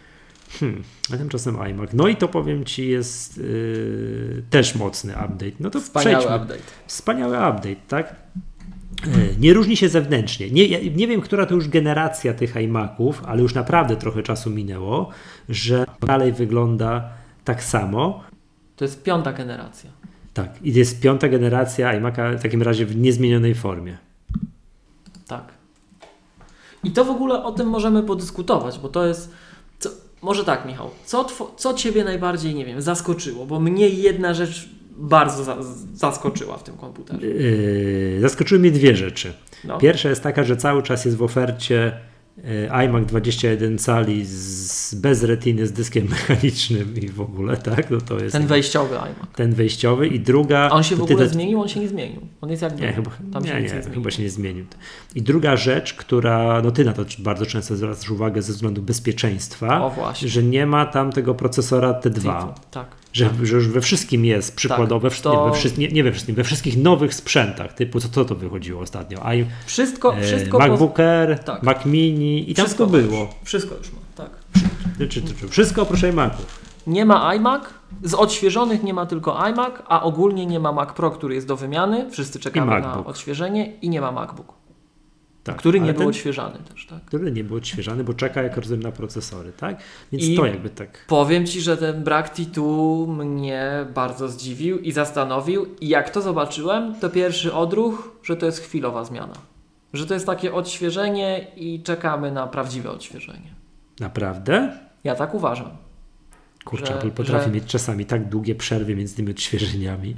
No i to powiem Ci jest też mocny update. No to Wspaniały update, tak? Nie różni się zewnętrznie. Nie wiem, która to już generacja tych iMaców, ale już naprawdę trochę czasu minęło, że dalej wygląda tak samo. To jest 5. generacja. Tak, i jest 5. generacja iMac'a w takim razie w niezmienionej formie. Tak. I to w ogóle o tym możemy podyskutować, bo to jest... Może tak, Michał, co Ciebie najbardziej, nie wiem, zaskoczyło? Bo mnie jedna rzecz bardzo zaskoczyła w tym komputerze. Zaskoczyły mnie 2 rzeczy. No. Pierwsza jest taka, że cały czas jest w ofercie iMac 21 cali bez retiny, z dyskiem mechanicznym i w ogóle, tak? No to jest ten wejściowy iMac. Ten wejściowy i druga... A on się w ogóle zmienił? On się nie zmienił. On jest jakby... Nie, chyba się nie zmienił. I druga rzecz, która, ty na to bardzo często zwracasz uwagę ze względu bezpieczeństwa, że nie ma tam tego procesora T2. Tak. Że już we wszystkim jest przykładowe, we wszystkich nowych sprzętach, typu co to wychodziło ostatnio? Wszystko MacBook Air, Mac Mini i tam to było. Wszystko już ma, tak. Wszystko oprócz iMaców. Nie ma iMac, z odświeżonych nie ma tylko iMac, a ogólnie nie ma Mac Pro, który jest do wymiany, wszyscy czekamy na odświeżenie i nie ma MacBook. Tak, który nie był odświeżany też, tak? Który nie był odświeżany, bo czeka, jak rozumiem, na procesory, tak? Więc I to jakby tak. Powiem Ci, że ten brak T2 mnie bardzo zdziwił i zastanowił. I jak to zobaczyłem, to pierwszy odruch, że to jest chwilowa zmiana. Że to jest takie odświeżenie i czekamy na prawdziwe odświeżenie. Naprawdę? Ja tak uważam. Kurczę, Apple potrafi mieć czasami tak długie przerwy między tymi odświeżeniami.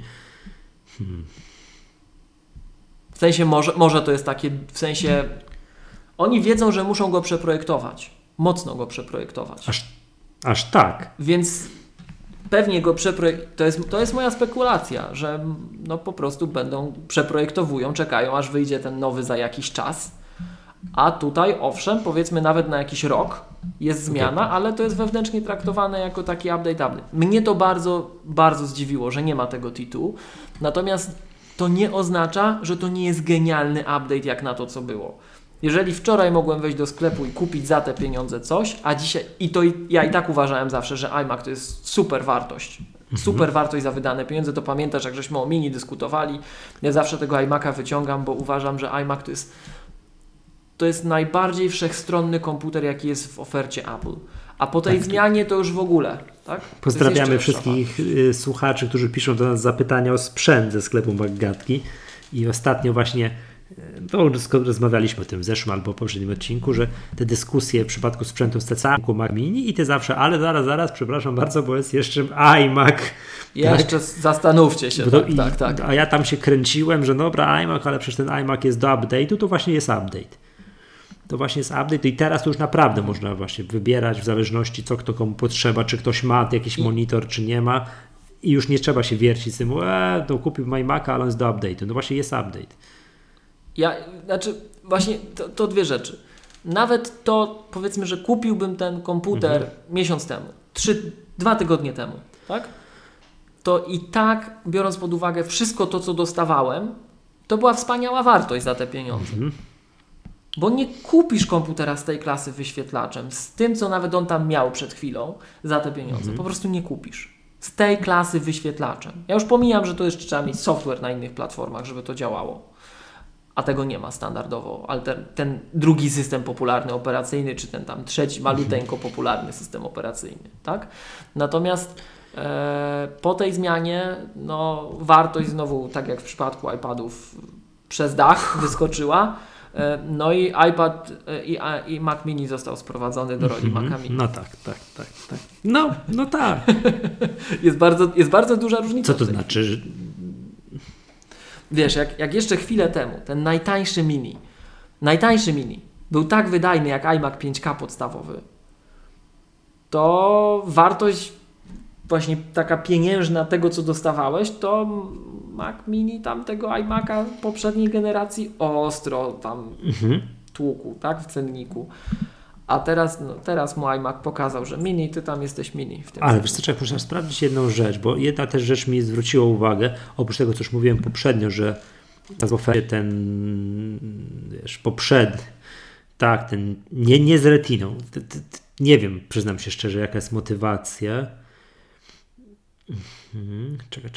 W sensie może to jest takie, w sensie oni wiedzą, że muszą go przeprojektować. Mocno go przeprojektować. Aż tak. Więc pewnie go to jest moja spekulacja, że no po prostu przeprojektowują, czekają, aż wyjdzie ten nowy za jakiś czas. A tutaj owszem, powiedzmy nawet na jakiś rok jest zmiana, ale to jest wewnętrznie traktowane jako taki update. Mnie to bardzo, bardzo zdziwiło, że nie ma tego T2. Natomiast to nie oznacza, że to nie jest genialny update jak na to, co było. Jeżeli wczoraj mogłem wejść do sklepu i kupić za te pieniądze coś, a dzisiaj, ja i tak uważałem zawsze, że iMac to jest super wartość. Super wartość za wydane pieniądze, to pamiętasz, jak żeśmy o mini dyskutowali. Ja zawsze tego iMaca wyciągam, bo uważam, że iMac to jest najbardziej wszechstronny komputer, jaki jest w ofercie Apple. A po tej zmianie to już w ogóle. Tak? Pozdrawiamy wszystkich słuchaczy, którzy piszą do nas zapytania o sprzęt ze sklepu MacGatki. I ostatnio właśnie, rozmawialiśmy o tym w zeszłym albo poprzednim odcinku, że te dyskusje w przypadku sprzętu z TCA, Mac Mini i te zawsze, ale zaraz, przepraszam bardzo, bo jest jeszcze iMac. Jeszcze zastanówcie się. Tak. A ja tam się kręciłem, że dobra, iMac, ale przecież ten iMac jest do update'u, to właśnie jest update. To właśnie jest update i teraz to już naprawdę można właśnie wybierać w zależności co kto komu potrzeba, czy ktoś ma jakiś monitor, czy nie ma i już nie trzeba się wiercić z tym, to kupił iMac'a, ale on jest do update'u. No właśnie jest update. Właśnie to dwie rzeczy. Nawet to powiedzmy, że kupiłbym ten komputer miesiąc temu, 2 tygodnie temu, tak? To i tak, biorąc pod uwagę wszystko to, co dostawałem, to była wspaniała wartość za te pieniądze. Bo nie kupisz komputera z tej klasy wyświetlaczem, z tym, co nawet on tam miał przed chwilą, za te pieniądze. Po prostu nie kupisz. Z tej klasy wyświetlaczem. Ja już pomijam, że to jeszcze trzeba mieć software na innych platformach, żeby to działało. A tego nie ma standardowo. Ten drugi system popularny operacyjny, czy ten tam trzeci maluteńko popularny system operacyjny. Tak? Natomiast po tej zmianie wartość znowu, tak jak w przypadku iPadów, przez dach wyskoczyła. No i iPad i Mac Mini został sprowadzony do roli Maca Mini. No tak. No tak. Jest bardzo duża różnica. Co to znaczy? Wiesz, jak jeszcze chwilę temu ten najtańszy mini był tak wydajny jak iMac 5K podstawowy, to wartość właśnie taka pieniężna tego, co dostawałeś, to Mac Mini tamtego iMac'a poprzedniej generacji ostro tam tłukł, tak, w cenniku. A teraz mu iMac pokazał, że mini, ty tam jesteś mini. W tym ale wiesz co, muszę sprawdzić jedną rzecz, bo jedna też rzecz mi zwróciła uwagę, oprócz tego, co już mówiłem poprzednio, że w ofercie ten, wiesz, poprzedni, tak, ten, nie z retiną, nie wiem, przyznam się szczerze, jaka jest motywacja. Czekaj.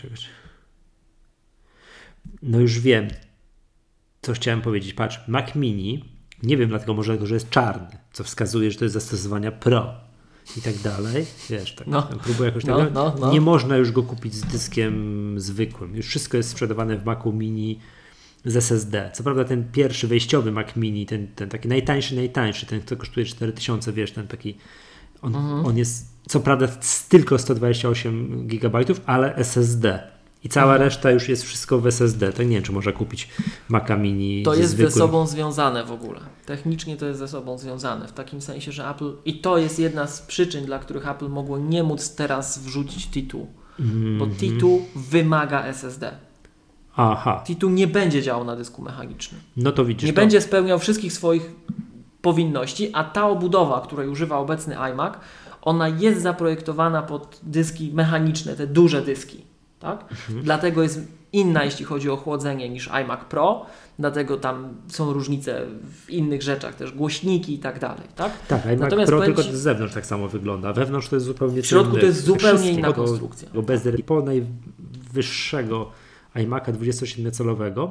No już wiem, co chciałem powiedzieć. Patrz, Mac Mini, nie wiem dlatego może, że jest czarny, co wskazuje, że to jest zastosowania Pro i tak dalej. Wiesz, tak. Próbuję jakoś tego. Nie można już go kupić z dyskiem zwykłym. Już wszystko jest sprzedawane w Macu Mini z SSD. Co prawda ten pierwszy wejściowy Mac Mini, ten taki najtańszy, ten, co kosztuje 4000, wiesz, ten taki, on jest co prawda tylko 128 GB, ale SSD. I cała reszta już jest wszystko w SSD. To nie wiem, czy można kupić Maca Mini. To jest ze sobą związane w ogóle. Technicznie to jest ze sobą związane. W takim sensie, że Apple... I to jest jedna z przyczyn, dla których Apple mogło nie móc teraz wrzucić T2. Bo T2 wymaga SSD. Aha. T2 nie będzie działał na dysku mechanicznym. No to widzisz. Nie będzie spełniał wszystkich swoich powinności, a ta obudowa, której używa obecny iMac, ona jest zaprojektowana pod dyski mechaniczne, te duże dyski. Tak? Dlatego jest inna, jeśli chodzi o chłodzenie, niż iMac Pro, dlatego tam są różnice w innych rzeczach, też głośniki i tak dalej. Tak, iMac natomiast Pro tylko z zewnątrz tak samo wygląda, wewnątrz to jest zupełnie w środku to jest zupełnie inna konstrukcja. Po najwyższego iMac'a 27-calowego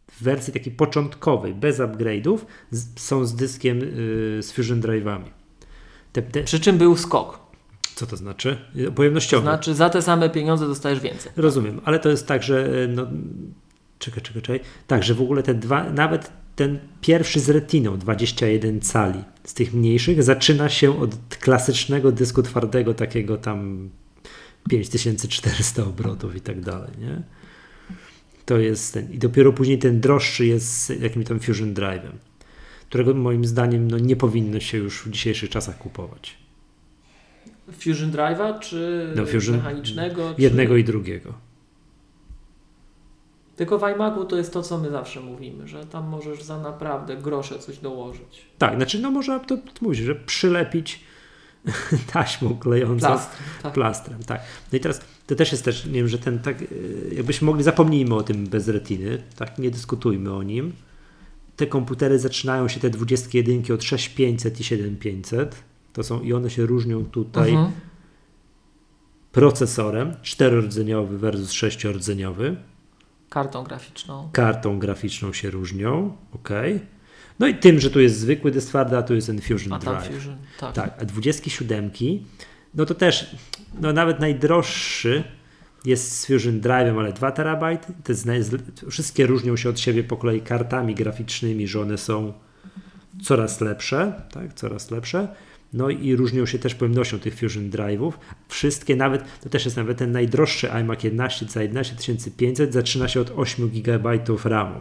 w wersji takiej początkowej, bez upgrade'ów, są z dyskiem z Fusion Drive'ami. Przy czym był skok. Co to znaczy? Pojemnościowy. To znaczy za te same pieniądze dostajesz więcej. Rozumiem, ale to jest tak, że czekaj. Tak, że w ogóle te dwa, nawet ten pierwszy z retiną 21 cali z tych mniejszych zaczyna się od klasycznego dysku twardego, takiego tam 5400 obrotów i tak dalej, nie? To jest ten. I dopiero później ten droższy jest z jakimś tam Fusion Drive'em, którego moim zdaniem nie powinno się już w dzisiejszych czasach kupować. Fusion Drive'a czy Fusion mechanicznego? Jednego i drugiego. Tylko w iMacu to jest to, co my zawsze mówimy, że tam możesz za naprawdę grosze coś dołożyć. Tak, znaczy można to mówić, że przylepić taśmą klejącą plastrem. Tak. No i teraz to też jest nie wiem, że ten tak, jakbyśmy mogli, zapomnijmy o tym bez retiny, tak, nie dyskutujmy o nim. Te komputery zaczynają się, te 21 od 6500 i 7500. To są i one się różnią tutaj procesorem 4-rdzeniowy versus 6-rdzeniowy. Kartą graficzną się różnią, okej. No i tym, że tu jest zwykły dysk twardy, a tu jest ten Fusion Drive. Fusion, tak, a 27, no to też, no nawet najdroższy jest z Fusion Drive'em, ale 2 terabajty. Wszystkie różnią się od siebie po kolei kartami graficznymi, że one są coraz lepsze, tak, coraz lepsze. No i różnią się też pojemnością tych Fusion Drive'ów. Wszystkie nawet, to też jest nawet ten najdroższy iMac 11 za 11500 zaczyna się od 8 GB RAMu.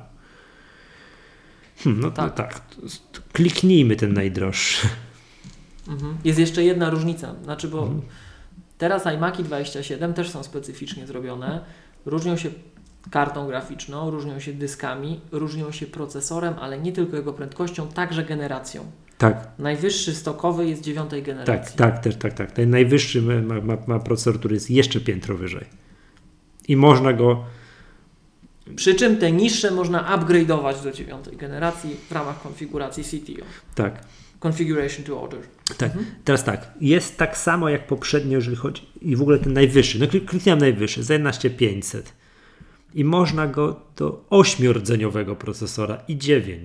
No tak. Kliknijmy ten najdroższy. Jest jeszcze jedna różnica, znaczy bo teraz iMaki 27 też są specyficznie zrobione. Różnią się kartą graficzną, różnią się dyskami, różnią się procesorem, ale nie tylko jego prędkością, także generacją. Tak. Najwyższy stokowy jest 9. generacji. Tak. Ten najwyższy ma procesor, który jest jeszcze piętro wyżej. I można go... Przy czym te niższe można upgrade'ować do 9. generacji w ramach konfiguracji CTO. Tak. Configuration to order. Tak. Teraz tak. Jest tak samo jak poprzednio, jeżeli chodzi... I w ogóle ten najwyższy. No kliknąłem najwyższy. Za 11500. I można go do 8-rdzeniowego procesora i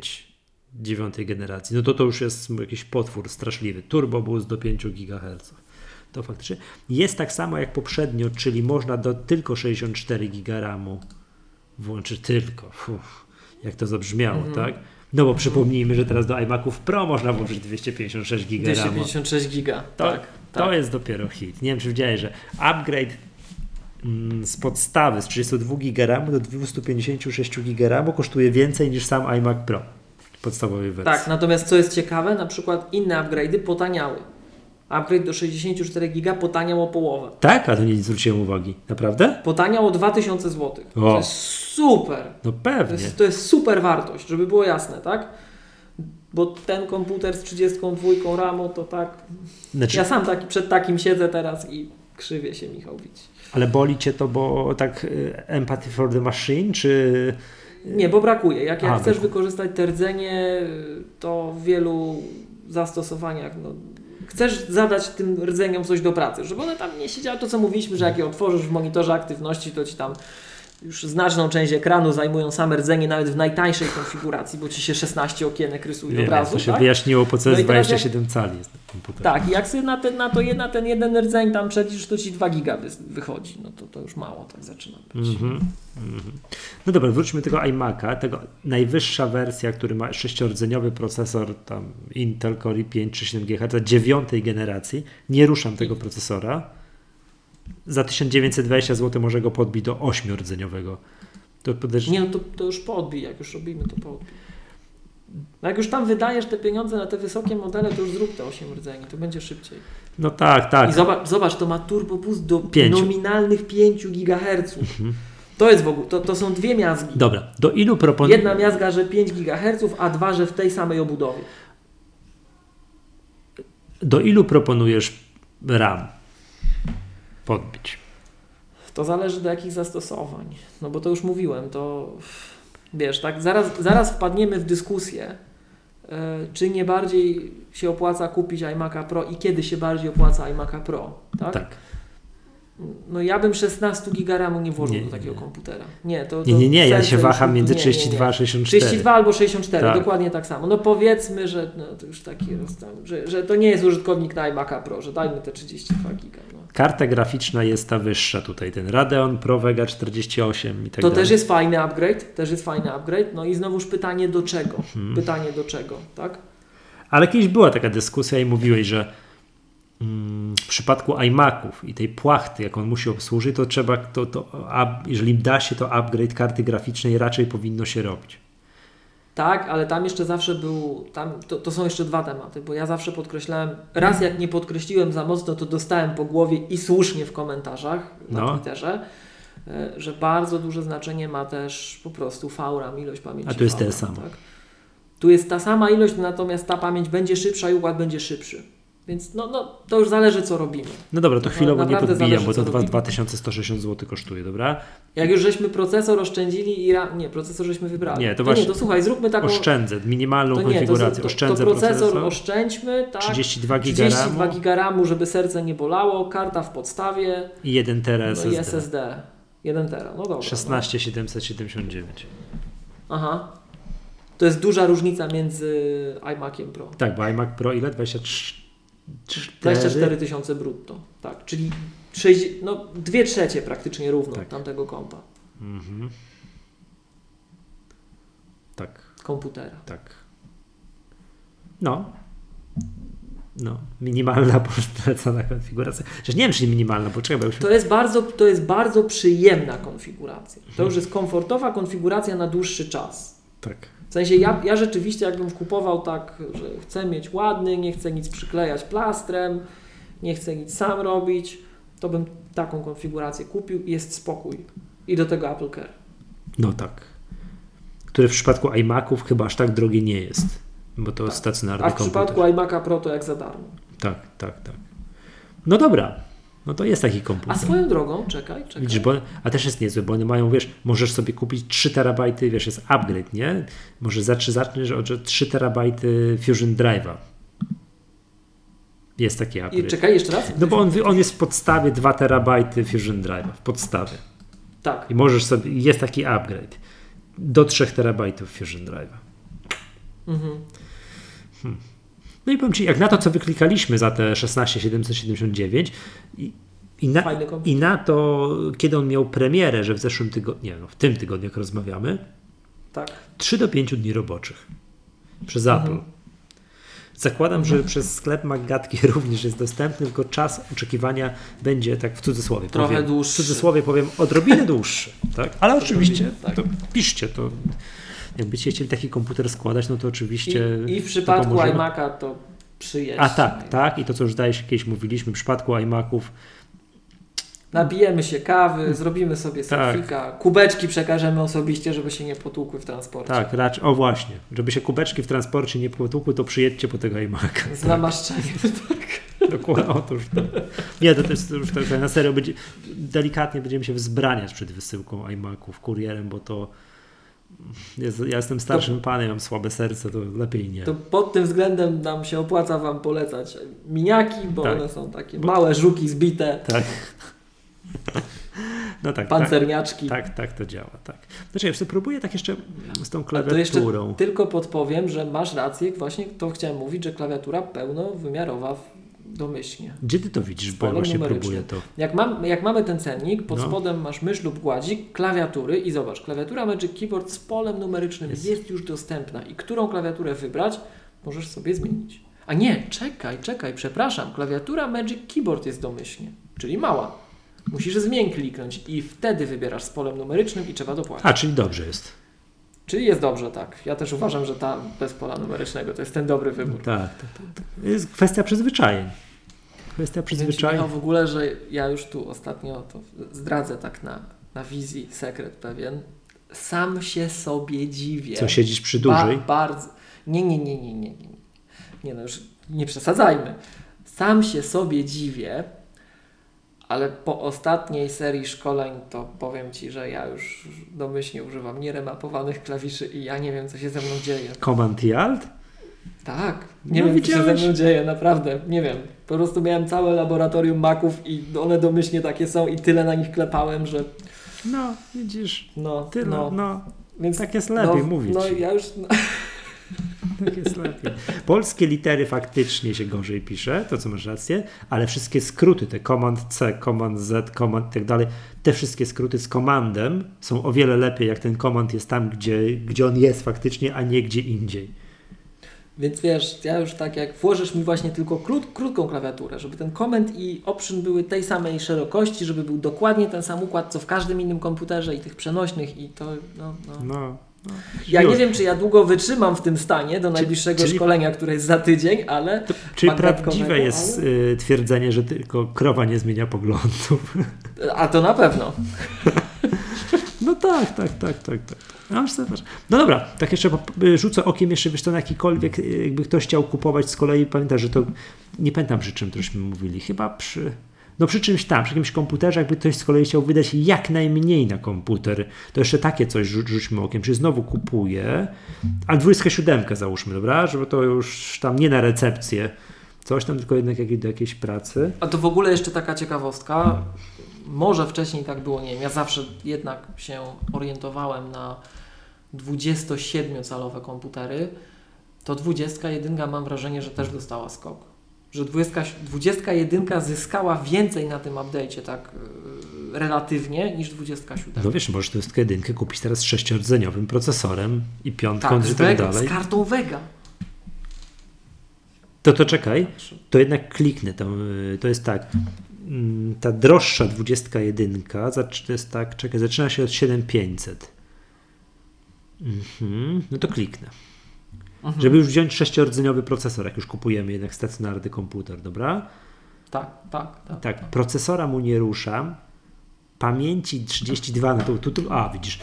9 generacji. No to już jest jakiś potwór straszliwy. Turbo boost do 5 GHz. To faktycznie jest tak samo jak poprzednio, czyli można do tylko 64 GB RAMu włączyć tylko. Jak to zabrzmiało, tak? No bo przypomnijmy, że teraz do iMaców Pro można włożyć 256 GB RAMu. 256 GB, To jest dopiero hit. Nie wiem, czy widziałeś, że upgrade z podstawy z 32 GB RAMu do 256 GB RAMu kosztuje więcej niż sam iMac Pro. Podstawowej wersji. Tak, natomiast co jest ciekawe, na przykład inne upgrade'y potaniały. Upgrade do 64 GB potaniał o połowę. Tak? A to nie zwróciłem uwagi. Naprawdę? Potaniał o 2000 zł. To jest super. No pewnie. To jest super wartość, żeby było jasne, tak? Bo ten komputer z 32 RAMu to tak... Znaczy... Ja sam przed takim siedzę teraz i krzywie się, Michał, bić. Ale boli Cię to, bo tak empathy for the machine, czy... Nie, bo brakuje. Jak chcesz wykorzystać te rdzenie, to w wielu zastosowaniach chcesz zadać tym rdzeniom coś do pracy, żeby one tam nie siedziały. To, co mówiliśmy, że jak je otworzysz w monitorze aktywności, to Ci tam już znaczną część ekranu zajmują same rdzenie, nawet w najtańszej konfiguracji, bo Ci się 16 okienek rysuje obrazu. To się wyjaśniło, po co jest 27 cali. Jest komputer. Tak, i jak sobie na ten jeden rdzeń tam przeliczysz, to Ci 2 giga wychodzi. No to już mało tak zaczyna być. No dobra, wróćmy do tego iMac'a, tego najwyższa wersja, który ma 6-rdzeniowy procesor, tam Intel Core i5 czy 7 GHz 9 generacji. Nie ruszam tego procesora. Za 1920 zł może go podbić do 8-rdzeniowego. Nie, no to już podbij, jak już robimy, to podbij. No jak już tam wydajesz te pieniądze na te wysokie modele, to już zrób te 8 rdzeni, to będzie szybciej. No tak. I zobacz, to ma turbo boost do nominalnych 5 GHz. To jest w ogóle, to są dwie miazgi. Dobra, do ilu proponujesz? Jedna miazga, że 5 GHz, a dwa, że w tej samej obudowie. Do ilu proponujesz RAM podbić? To zależy do jakich zastosowań. No bo to już mówiłem, to wiesz, tak, zaraz wpadniemy w dyskusję, czy nie bardziej się opłaca kupić iMac'a Pro i kiedy się bardziej opłaca iMac'a Pro, tak? Tak. No ja bym 16 giga RAMu nie włożył do takiego komputera. Nie, ja się waham między 32 a 64. 32 albo 64, tak. Dokładnie tak samo. No powiedzmy, że to już taki że to nie jest użytkownik na iMac'a Pro, że dajmy te 32 giga. No. Karta graficzna jest ta wyższa tutaj, ten Radeon Pro Vega 48 i tak dalej. To też jest fajny upgrade, no i znowuż pytanie do czego? Tak? Ale kiedyś była taka dyskusja i mówiłeś, że w przypadku iMaców i tej płachty, jak on musi obsłużyć, to trzeba, jeżeli da się, to upgrade karty graficznej raczej powinno się robić. Tak, ale tam jeszcze zawsze był, to są jeszcze dwa tematy, bo ja zawsze podkreślałem, raz jak nie podkreśliłem za mocno, to dostałem po głowie i słusznie w komentarzach na Twitterze, że bardzo duże znaczenie ma też po prostu VRAM, ilość pamięci. A tu jest tyle samo. Tak? Tu jest ta sama ilość, natomiast ta pamięć będzie szybsza i układ będzie szybszy. Więc to już zależy, co robimy. No dobra, to chwilowo nie podbijam, bo to 2160 zł kosztuje, dobra? Jak już żeśmy procesor oszczędzili i procesor żeśmy wybrali. Nie, to właśnie. To słuchaj, zróbmy taką... Oszczędzę, minimalną konfigurację. Oszczędzę procesor oszczędźmy, tak? 32 giga RAMu, żeby serce nie bolało, karta w podstawie. I 1 tera SSD. I SSD. 1 tera, no dobra. 16779. Aha. To jest duża różnica między iMaciem Pro. Tak, bo iMac Pro ile? 24 tysiące brutto. Tak, czyli 2/3 praktycznie równo tamtego kompa. Mhm. Tak. Komputera. Tak. Minimalna polecana konfiguracja. Przecież nie wiem, czy minimalna, bo czekaj, To jest bardzo przyjemna konfiguracja. To już jest komfortowa konfiguracja na dłuższy czas. Tak. W sensie ja rzeczywiście jakbym kupował tak, że chcę mieć ładny, nie chcę nic przyklejać plastrem, nie chcę nic sam robić, to bym taką konfigurację kupił i jest spokój. I do tego Apple Care. No tak. Które w przypadku iMaców chyba aż tak drogie nie jest, bo to stacjonarny komputer. A w przypadku iMac'a Pro to jak za darmo. Tak. No dobra. No to jest taki komputer. A swoją drogą, czekaj. Widzisz, a też jest niezły, bo one mają, możesz sobie kupić 3 terabajty, jest upgrade, nie? Może zaczniesz od 3 terabajty Fusion Drive'a. Jest taki upgrade. I czekaj, jeszcze raz? No bo on jest w podstawie 2 terabajty Fusion Drive'a, w podstawie. Tak. I możesz sobie, jest taki upgrade. Do 3 terabajtów Fusion Drive'a. Mhm. No i powiem Ci, jak na to, co wyklikaliśmy za te 16779 i na to, kiedy on miał premierę, że w zeszłym tygodniu, w tym tygodniu, jak rozmawiamy, tak. 3 do 5 dni roboczych przez Apple. Zakładam, że przez sklep Maggatki również jest dostępny, tylko czas oczekiwania będzie, tak w cudzysłowie trochę dłuższy. W cudzysłowie powiem, odrobinę dłuższy. Tak? Ale oczywiście, to piszcie to. Jakbyście chcieli taki komputer składać, no to oczywiście... I w przypadku iMac'a to przyjeźdź. A tak. I to, co już kiedyś mówiliśmy, w przypadku iMaców... Nabijemy się kawy, zrobimy sobie selfieka, kubeczki przekażemy osobiście, żeby się nie potłukły w transporcie. Tak, raczej, właśnie. Żeby się kubeczki w transporcie nie potłukły, to przyjedźcie po tego iMac'a. Z namaszczeniem, tak. Dokładnie, otóż to. Nie, to jest już tak na serio, delikatnie będziemy się wzbraniać przed wysyłką iMaców kurierem, bo to... Ja jestem starszym panem, mam słabe serce, to lepiej nie. To pod tym względem nam się opłaca Wam polecać miniaki, bo one są takie małe żuki zbite. Tak. No tak. Pancerniaczki. Tak to działa. Tak. Znaczy, ja próbuję tak jeszcze z tą klawiaturą. To jeszcze tylko podpowiem, że masz rację, właśnie to chciałem mówić, że klawiatura pełnowymiarowa domyślnie. Gdzie ty to widzisz? Bo ja właśnie próbuję to. Jak mamy ten cennik, pod spodem masz mysz lub gładzik, klawiatury i zobacz, klawiatura Magic Keyboard z polem numerycznym jest już dostępna i którą klawiaturę wybrać, możesz sobie zmienić. A nie, czekaj, przepraszam, klawiatura Magic Keyboard jest domyślnie, czyli mała. Musisz zmień kliknąć i wtedy wybierasz z polem numerycznym i trzeba dopłacić. A, czyli dobrze jest. Czyli jest dobrze, tak. Ja też uważam, że ta bez pola numerycznego to jest ten dobry wybór. Tak. Jest kwestia przyzwyczajeń. Michał, w ogóle, że ja już tu ostatnio to zdradzę tak na wizji sekret pewien. Sam się sobie dziwię. Co, siedzisz przy dłużej? Bardzo. Nie. Nie, no już nie przesadzajmy. Sam się sobie dziwię, ale po ostatniej serii szkoleń to powiem Ci, że ja już domyślnie używam nieremapowanych klawiszy i ja nie wiem, co się ze mną dzieje. Command i Alt? Tak. Nie wiem, co się ze mną dzieje, naprawdę. Nie wiem. Po prostu miałem całe laboratorium Maców i one domyślnie takie są i tyle na nich klepałem, że... No, widzisz, tyle, Więc, tak jest lepiej mówić. No ja już... Tak jest lepiej. Polskie litery faktycznie się gorzej pisze, to co masz rację, ale wszystkie skróty, te Command C, Command Z, Command i tak dalej, te wszystkie skróty z komandem są o wiele lepiej, jak ten command jest tam, gdzie on jest faktycznie, a nie gdzie indziej. Więc wiesz, ja już tak jak włożysz mi właśnie tylko krótką klawiaturę, żeby ten command i option były tej samej szerokości, żeby był dokładnie ten sam układ, co w każdym innym komputerze i tych przenośnych i to, Ja nie wiem, czy ja długo wytrzymam w tym stanie do najbliższego szkolenia, które jest za tydzień, ale... Czyli prawdziwe jest twierdzenie, że tylko krowa nie zmienia poglądów. A to na pewno. No tak. No dobra, tak jeszcze rzucę okiem jeszcze, wiesz co, na jakikolwiek, jakby ktoś chciał kupować z kolei, pamiętasz, że to, nie pamiętam przy czym tośmy mówili, chyba przy czymś tam, przy jakimś komputerze, jakby ktoś z kolei chciał wydać jak najmniej na komputer, to jeszcze takie coś rzućmy okiem, czy znowu kupuję, a 27 załóżmy, dobra, żeby to już tam nie na recepcję, coś tam, tylko jednak do jakiejś pracy. A to w ogóle jeszcze taka ciekawostka, może wcześniej tak było, nie wiem, ja zawsze jednak się orientowałem na 27-calowe komputery, to 21 mam wrażenie, że też dostała skok. Że 21 zyskała więcej na tym update'cie tak relatywnie niż 27. No wiesz, możesz 21 kupić teraz z 6-rdzeniowym procesorem i 5 tak, i tak dalej. Z kartą Vega. To czekaj, to jednak kliknę. To jest tak, ta droższa 21 to jest tak, czekaj, zaczyna się od 7500. No to kliknę. Żeby już wziąć 6-rdzeniowy procesor, jak już kupujemy jednak stacjonarny komputer, dobra? Tak. Procesora mu nie ruszam. Pamięci 32, no to widzisz,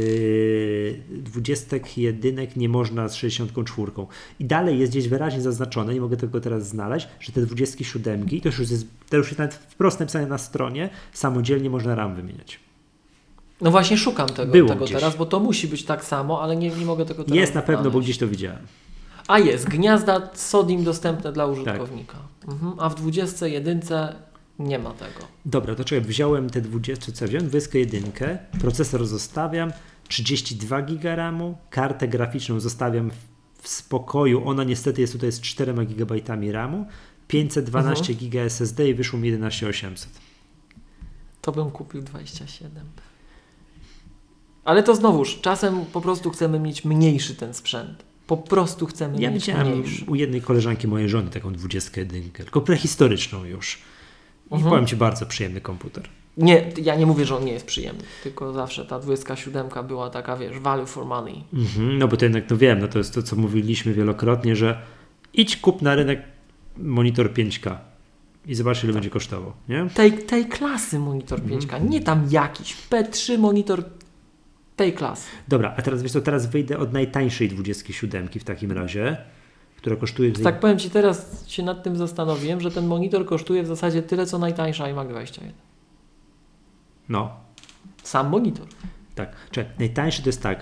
21 nie można z 64. I dalej jest gdzieś wyraźnie zaznaczone, nie mogę tego teraz znaleźć, że te 27, to już jest nawet wprost napisane na stronie, samodzielnie można RAM wymieniać. No właśnie szukam tego teraz, bo to musi być tak samo, ale nie mogę tego teraz jest na pewno, znaleźć. Bo gdzieś to widziałem. A jest, gniazda SODIMM dostępne dla użytkownika. Tak. A w 21 nie ma tego. Dobra, to czekaj, wziąłem te 21, procesor zostawiam, 32 GB RAMu, kartę graficzną zostawiam w spokoju, ona niestety jest tutaj z 4 GB RAMu, 512 GB SSD i wyszło mi 11800. To bym kupił 27. Ale to znowuż, czasem po prostu chcemy mieć mniejszy ten sprzęt. Po prostu chcemy mieć mniejszy. Ja widziałem u jednej koleżanki mojej żony taką 21, tylko prehistoryczną już. I powiem Ci, bardzo przyjemny komputer. Nie, ja nie mówię, że on nie jest przyjemny, tylko zawsze ta 27 była taka, wiesz, value for money. No bo to jednak, wiem, to jest to, co mówiliśmy wielokrotnie, że idź kup na rynek monitor 5K i zobacz, ile będzie kosztował, nie? Tej klasy monitor 5K, nie tam jakiś P3 monitor tej klasy. Dobra, a teraz wiesz co, teraz wyjdę od najtańszej 27 w takim razie, która kosztuje... Tak powiem Ci, teraz się nad tym zastanowiłem, że ten monitor kosztuje w zasadzie tyle, co najtańsza iMac 21. No. Sam monitor. Tak, czyli najtańszy to jest tak,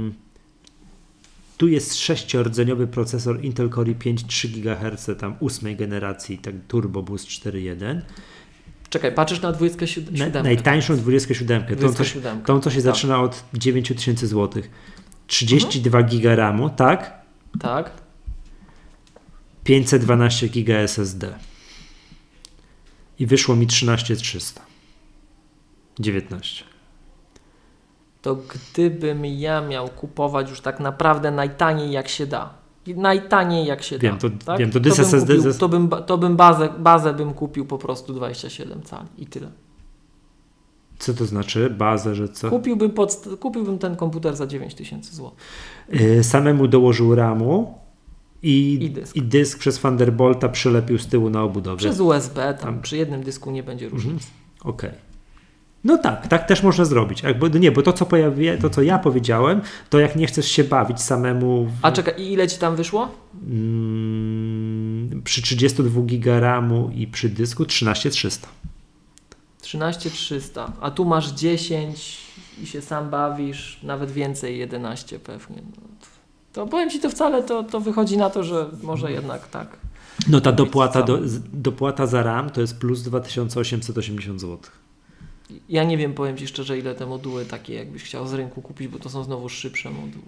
tu jest 6-rdzeniowy procesor Intel Core i5 3 GHz, tam 8 generacji, tak Turbo Boost 4.1. Czekaj, patrzysz na 27. Najtańszą 27. Tą, co się zaczyna od 9000 zł. 32 GB RAMu, tak? Tak. 512 GB SSD. I wyszło mi 13300. 19. To gdybym ja miał kupować już tak naprawdę najtaniej jak się da. Najtaniej jak się da. Tak? Wiem, to dysk SSD... To bym bazę bym kupił po prostu 27 cali i tyle. Co to znaczy? Bazę, że co? Kupiłbym ten komputer za 9000 zł. Samemu dołożył RAMu i dysk przez Thunderbolta przylepił z tyłu na obudowie. Przez USB, tam przy jednym dysku nie będzie różnicy. Okej. No tak też można zrobić. Bo to, co ja powiedziałem, to jak nie chcesz się bawić samemu... A czekaj, i ile Ci tam wyszło? Przy 32 GB RAMu i przy dysku 13300. 13300, a tu masz 10 i się sam bawisz, nawet więcej, 11 pewnie. No, to powiem Ci, to wcale to wychodzi na to, że może jednak tak. No ta dopłata za RAM to jest plus 2880 zł. Ja nie wiem, powiem Ci szczerze, ile te moduły takie jakbyś chciał z rynku kupić, bo to są znowu szybsze moduły.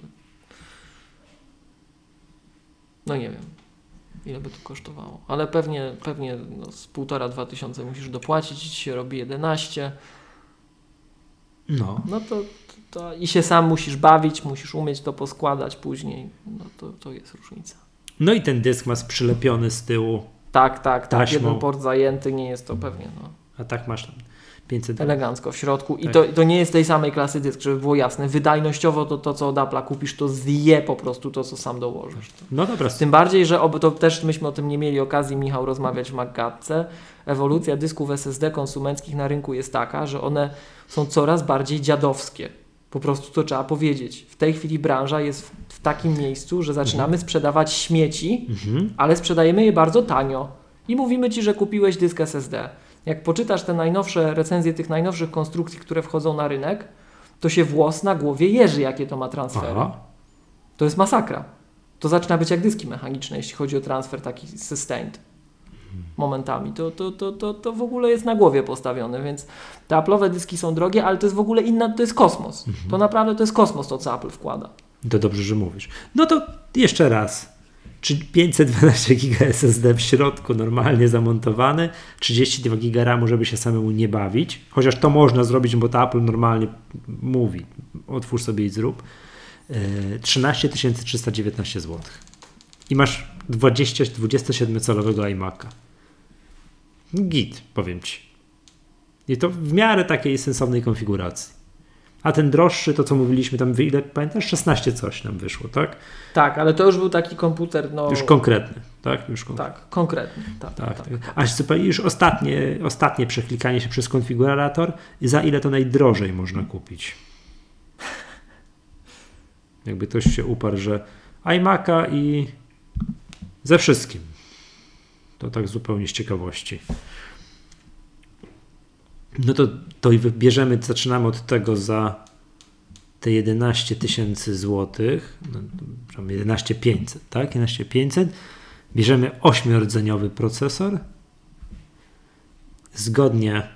No nie wiem, ile by to kosztowało, ale pewnie z 1,5–2 tysiąca musisz dopłacić i Ci się robi 11. No to i się sam musisz bawić, musisz umieć to poskładać później. No to jest różnica. No i ten dysk masz przylepiony z tyłu. Tak. Jeden port zajęty, nie jest to pewnie. No. A tak masz 500. Elegancko w środku. I tak. to nie jest tej samej klasy dysk, żeby było jasne. Wydajnościowo to co od Apple'a kupisz, to zje po prostu to, co sam dołożysz. No dobra. Tym bardziej, że to też myśmy o tym nie mieli okazji, Michał, rozmawiać w MacGadce. Ewolucja dysków SSD konsumenckich na rynku jest taka, że one są coraz bardziej dziadowskie. Po prostu to trzeba powiedzieć. W tej chwili branża jest w takim miejscu, że zaczynamy sprzedawać śmieci, ale sprzedajemy je bardzo tanio. I mówimy Ci, że kupiłeś dysk SSD. Jak poczytasz te najnowsze recenzje tych najnowszych konstrukcji, które wchodzą na rynek, to się włos na głowie jeży, jakie to ma transfery. Aha. To jest masakra. To zaczyna być jak dyski mechaniczne, jeśli chodzi o transfer taki sustained momentami. To w ogóle jest na głowie postawione, więc te Apple'owe dyski są drogie, ale to jest w ogóle inna, to jest kosmos. To naprawdę to jest kosmos, to co Apple wkłada. To dobrze, że mówisz. No to jeszcze raz. Czy 512 GB SSD w środku normalnie zamontowany, 32 GB RAMu, żeby się samemu nie bawić, chociaż to można zrobić, bo to Apple normalnie mówi, otwórz sobie i zrób, 13 319 zł. I masz 27-calowego iMac'a. Git, powiem Ci. I to w miarę takiej sensownej konfiguracji. A ten droższy, to co mówiliśmy, tam ile, pamiętasz, 16 coś nam wyszło, tak? Tak, ale to już był taki komputer, już konkretny, tak? Tak, konkretny. Tak. A już ostatnie przeklikanie się przez konfigurator, za ile to najdrożej można kupić? Jakby ktoś się uparł, że iMac'a i ze wszystkim. To tak zupełnie z ciekawości. No to bierzemy, zaczynamy od tego za te 11 000 złotych, 11 500, tak? 11 500. Bierzemy 8-rdzeniowy procesor. Zgodnie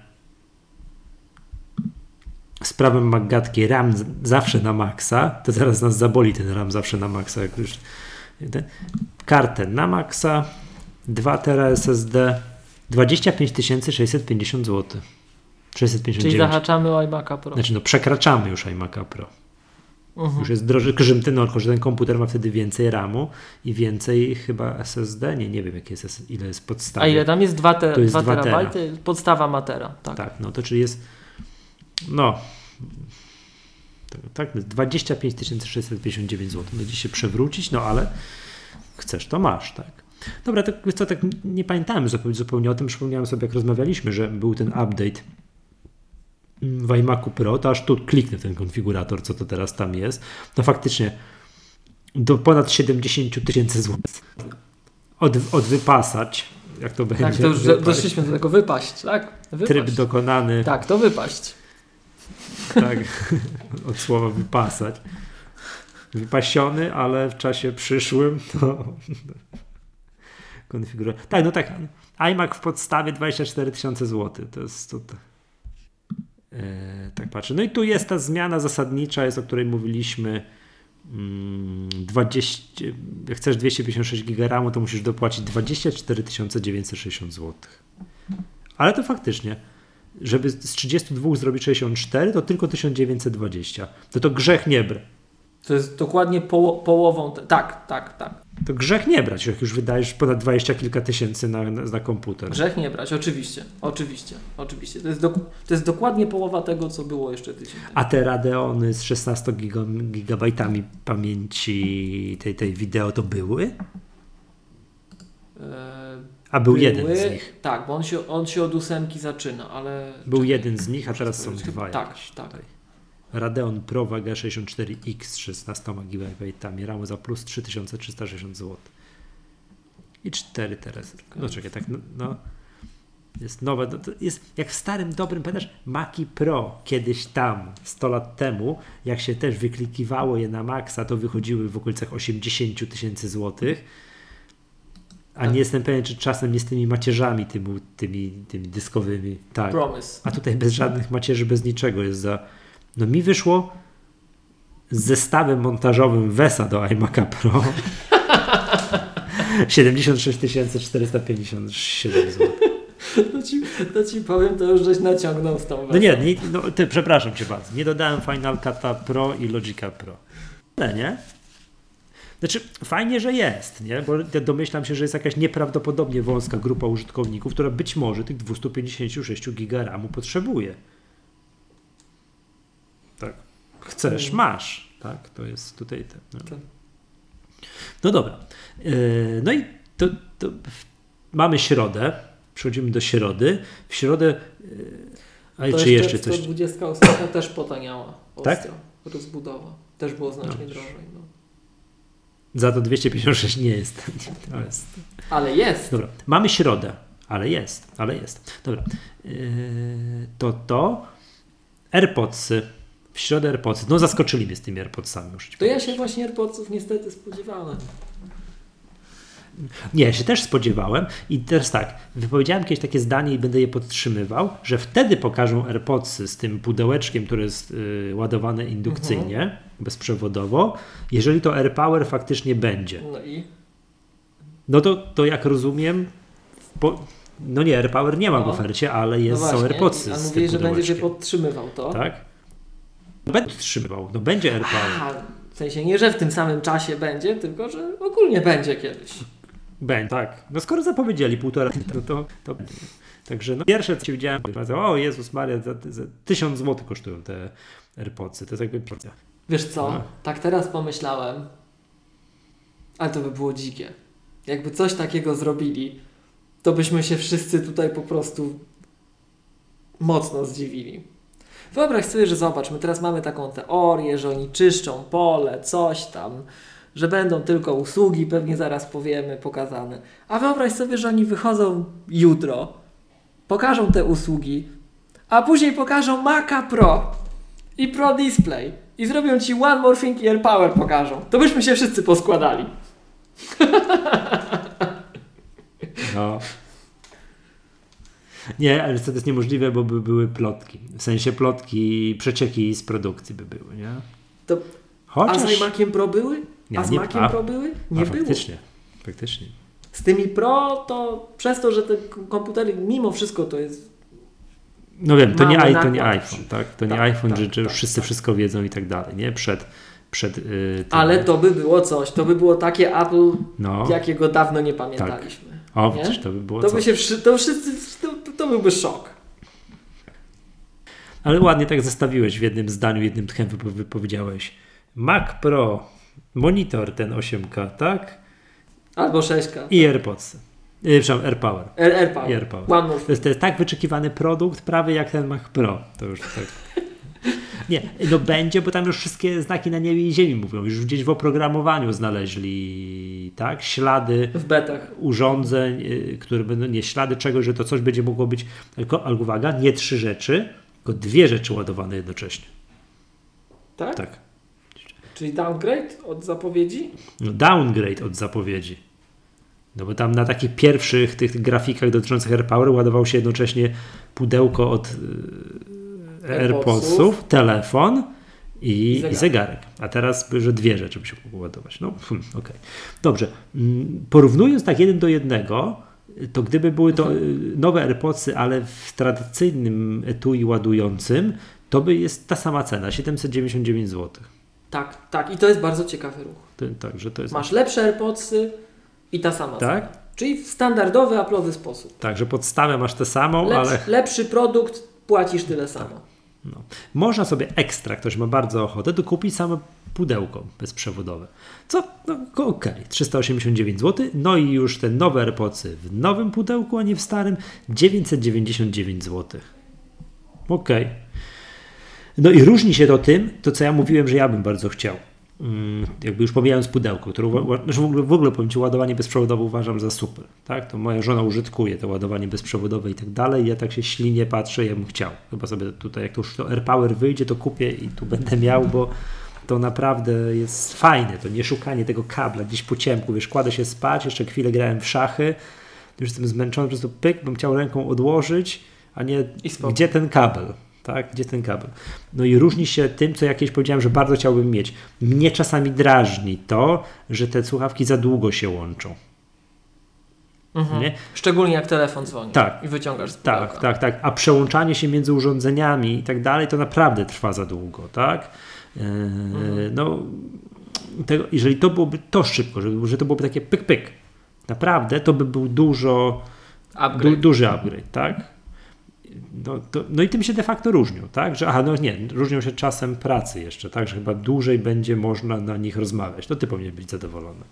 z prawem MacGadki RAM zawsze na maksa. To zaraz nas zaboli ten RAM zawsze na maksa. Jak już kartę na maksa, 2 tera SSD, 25 650 zł. 659. Czyli zahaczamy o iMac'a Pro. Znaczy przekraczamy już iMac'a Pro. Już jest droższy, że ten komputer ma wtedy więcej RAMu i więcej chyba SSD. Nie wiem ile jest podstawa. A ile tam jest? 2 terabajty? Podstawa ma tera. Tak, no to czyli jest tak, 25 659 zł. Będzie się przewrócić, no ale chcesz, to masz, tak. Dobra, to wiesz co, tak nie pamiętałem zupełnie o tym. Przypomniałem sobie, jak rozmawialiśmy, że był ten update w iMacu Pro, to aż tu kliknę w ten konfigurator, co to teraz tam jest. No faktycznie do ponad 70 000 zł odwypasać, jak to będzie. Tak, to już doszliśmy do tego wypaść, tak? Wypaść. Tryb dokonany. Tak, to wypaść. Tak, od słowa wypasać. Wypasiony, ale w czasie przyszłym to konfiguracja. Tak, no tak. iMac w podstawie 24 000 zł. To jest tutaj. Tak patrzę. No i tu jest ta zmiana zasadnicza, o której mówiliśmy. 20, jak chcesz 256 GB RAMu, to musisz dopłacić 24 960 zł. Ale to faktycznie, żeby z 32 zrobić 64, to tylko 1920. To grzech nie brać. To jest dokładnie połową. Tak. To grzech nie brać, jak już wydajesz ponad 20 kilka tysięcy na komputer. Grzech nie brać, oczywiście. To jest dokładnie połowa tego, co było jeszcze tydzień temu. A te Radeony z 16 gigabajtami pamięci tej wideo to były? A był jeden z nich. Tak, bo on się od 8 zaczyna, ale... Był jeden z nich, a teraz są dwa. Tak. Radeon Pro Vega 64X z 16 GB RAMu za plus 3360 zł. I 4 teraz. No czekaj, tak, no. Jest nowe, to jest jak w starym, dobrym, pamiętasz, Maci Pro kiedyś tam, 100 lat temu, jak się też wyklikiwało je na maksa, to wychodziły w okolicach 80 000 złotych. A nie jestem pewien, czy czasem nie z tymi macierzami tymi dyskowymi. Tak. Promise. A tutaj bez żadnych macierzy, bez niczego jest za... No mi wyszło z zestawem montażowym VESA do iMac'a Pro 76 457 zł. To ci powiem, to już żeś naciągnął z tą VESA. No nie, przepraszam cię bardzo. Nie dodałem Final Cut'a Pro i Logica Pro. Ale nie? Znaczy, fajnie, że jest, nie? Bo domyślam się, że jest jakaś nieprawdopodobnie wąska grupa użytkowników, która być może tych 256 GB RAMu potrzebuje. Tak. Chcesz, masz. Tak, to jest tutaj ten. No dobra. No i to mamy środę. Przechodzimy do środy. W środę... A czy jeszcze coś? 128 też potaniała. Tak? Rozbudowa. Też było znacznie drożej. No. Za to 256 nie jest. Ale jest. Dobra, mamy środę, ale jest. Dobra. To AirPodsy. W środę AirPodsy. No zaskoczyli mnie z tymi AirPodsami. To ja się właśnie AirPodsów niestety spodziewałem. Nie, ja się też spodziewałem i teraz tak, wypowiedziałem kiedyś takie zdanie i będę je podtrzymywał, że wtedy pokażą AirPodsy z tym pudełeczkiem, które jest ładowane indukcyjnie, bezprzewodowo, jeżeli to AirPower faktycznie będzie. No i? No to jak rozumiem, no nie, AirPower nie ma w ofercie, ale są AirPodsy z tym pudełeczkiem. że będzie się podtrzymywał to? Tak. No będzie podtrzymywał, no będzie AirPower. Aha, w sensie nie, że w tym samym czasie będzie, tylko że ogólnie będzie kiedyś. Będzie, tak. No skoro zapowiedzieli 1,5, to będzie. Także no, pierwsze co widziałem, o Jezus Maria, za 1000 zł kosztują te AirPodsy. To jest jakby porcja. Wiesz co, tak teraz pomyślałem, ale to by było dzikie. Jakby coś takiego zrobili, to byśmy się wszyscy tutaj po prostu mocno zdziwili. Wyobraź sobie, że zobacz, my teraz mamy taką teorię, że oni czyszczą pole, coś tam, że będą tylko usługi, pewnie zaraz powiemy, pokazane. A wyobraź sobie, że oni wychodzą jutro, pokażą te usługi, a później pokażą Maca Pro i Pro Display i zrobią ci One More Thing i AirPower pokażą. To byśmy się wszyscy poskładali. No. Nie, ale to jest niemożliwe, bo by były plotki. W sensie plotki, przecieki z produkcji by były, nie? To, a z iMaciem Pro były? A z Maciem Pro były? Nie było. Faktycznie. Z tymi Pro to przez to, że te komputery mimo wszystko to jest... No wiem, to nie iPhone, tak? To nie iPhone, że już wszyscy wszystko wiedzą i tak dalej, nie? Ale to by było coś, to by było takie Apple, jakiego dawno nie pamiętaliśmy. Tak. O, przecież to by było to to byłby szok. Ale ładnie tak zestawiłeś w jednym zdaniu, jednym tchem wypowiedziałeś Mac Pro, monitor ten 8K, tak? Albo 6K. I AirPods. Przepraszam, AirPower. AirPower. To jest tak wyczekiwany produkt, prawie jak ten Mac Pro. To już tak. Nie, no będzie, bo tam już wszystkie znaki na niebie i ziemi mówią. Już gdzieś w oprogramowaniu znaleźli, tak? Ślady w betach urządzeń, które będą, ślady czegoś, że to coś będzie mogło być, ale uwaga, nie 3 rzeczy, tylko 2 rzeczy ładowane jednocześnie. Tak? Tak. Czyli downgrade od zapowiedzi? No downgrade od zapowiedzi. No bo tam na takich pierwszych tych grafikach dotyczących AirPower ładował się jednocześnie pudełko od AirPodsów, telefon i zegarek. A teraz, że 2 rzeczy by się mogło ładować. No, okej. Dobrze. Porównując tak 1 do 1, to gdyby były to nowe AirPodsy, ale w tradycyjnym etui ładującym, to by jest ta sama cena, 799 zł. Tak. I to jest bardzo ciekawy ruch. Że to jest... Masz lepsze AirPodsy i ta sama tak? cena. Czyli w standardowy, Apple'owy sposób. Tak, że podstawę masz tę samą, ale... Lepszy produkt, płacisz tyle samo. No. Można sobie ekstra, ktoś ma bardzo ochotę, to kupić same pudełko bezprzewodowe. Co? No okej, 389 zł. No i już te nowe AirPodsy w nowym pudełku, a nie w starym, 999 zł. Okej. No i różni się to tym, to co ja mówiłem, że ja bym bardzo chciał. Jakby już pomijając pudełko, które w ogóle powiem Ci, ładowanie bezprzewodowe uważam za super. Tak? To moja żona użytkuje to ładowanie bezprzewodowe i tak dalej. Ja tak się ślinie patrzę, ja bym chciał. Chyba sobie tutaj, jak to już to AirPower wyjdzie, to kupię i tu będę miał, to naprawdę jest fajne, to nie szukanie tego kabla gdzieś po ciemku, wiesz, kładę się spać, jeszcze chwilę grałem w szachy, już jestem zmęczony, po prostu pyk, bym chciał ręką odłożyć, a nie gdzie ten kabel, tak, gdzie ten kabel. No i różni się tym, co jakieś powiedziałem, że bardzo chciałbym mieć. Mnie czasami drażni to, że te słuchawki za długo się łączą. Nie? Szczególnie jak telefon dzwoni i wyciągasz z pudełka. Tak. A przełączanie się między urządzeniami i tak dalej, to naprawdę trwa za długo, tak? No, jeżeli to byłoby to szybko, że to byłoby takie pyk, naprawdę to by był duży upgrade, tak? No i tym się de facto różnią, tak? Że różnią się czasem pracy jeszcze, tak? Że chyba dłużej będzie można na nich rozmawiać. To ty powinien być zadowolony.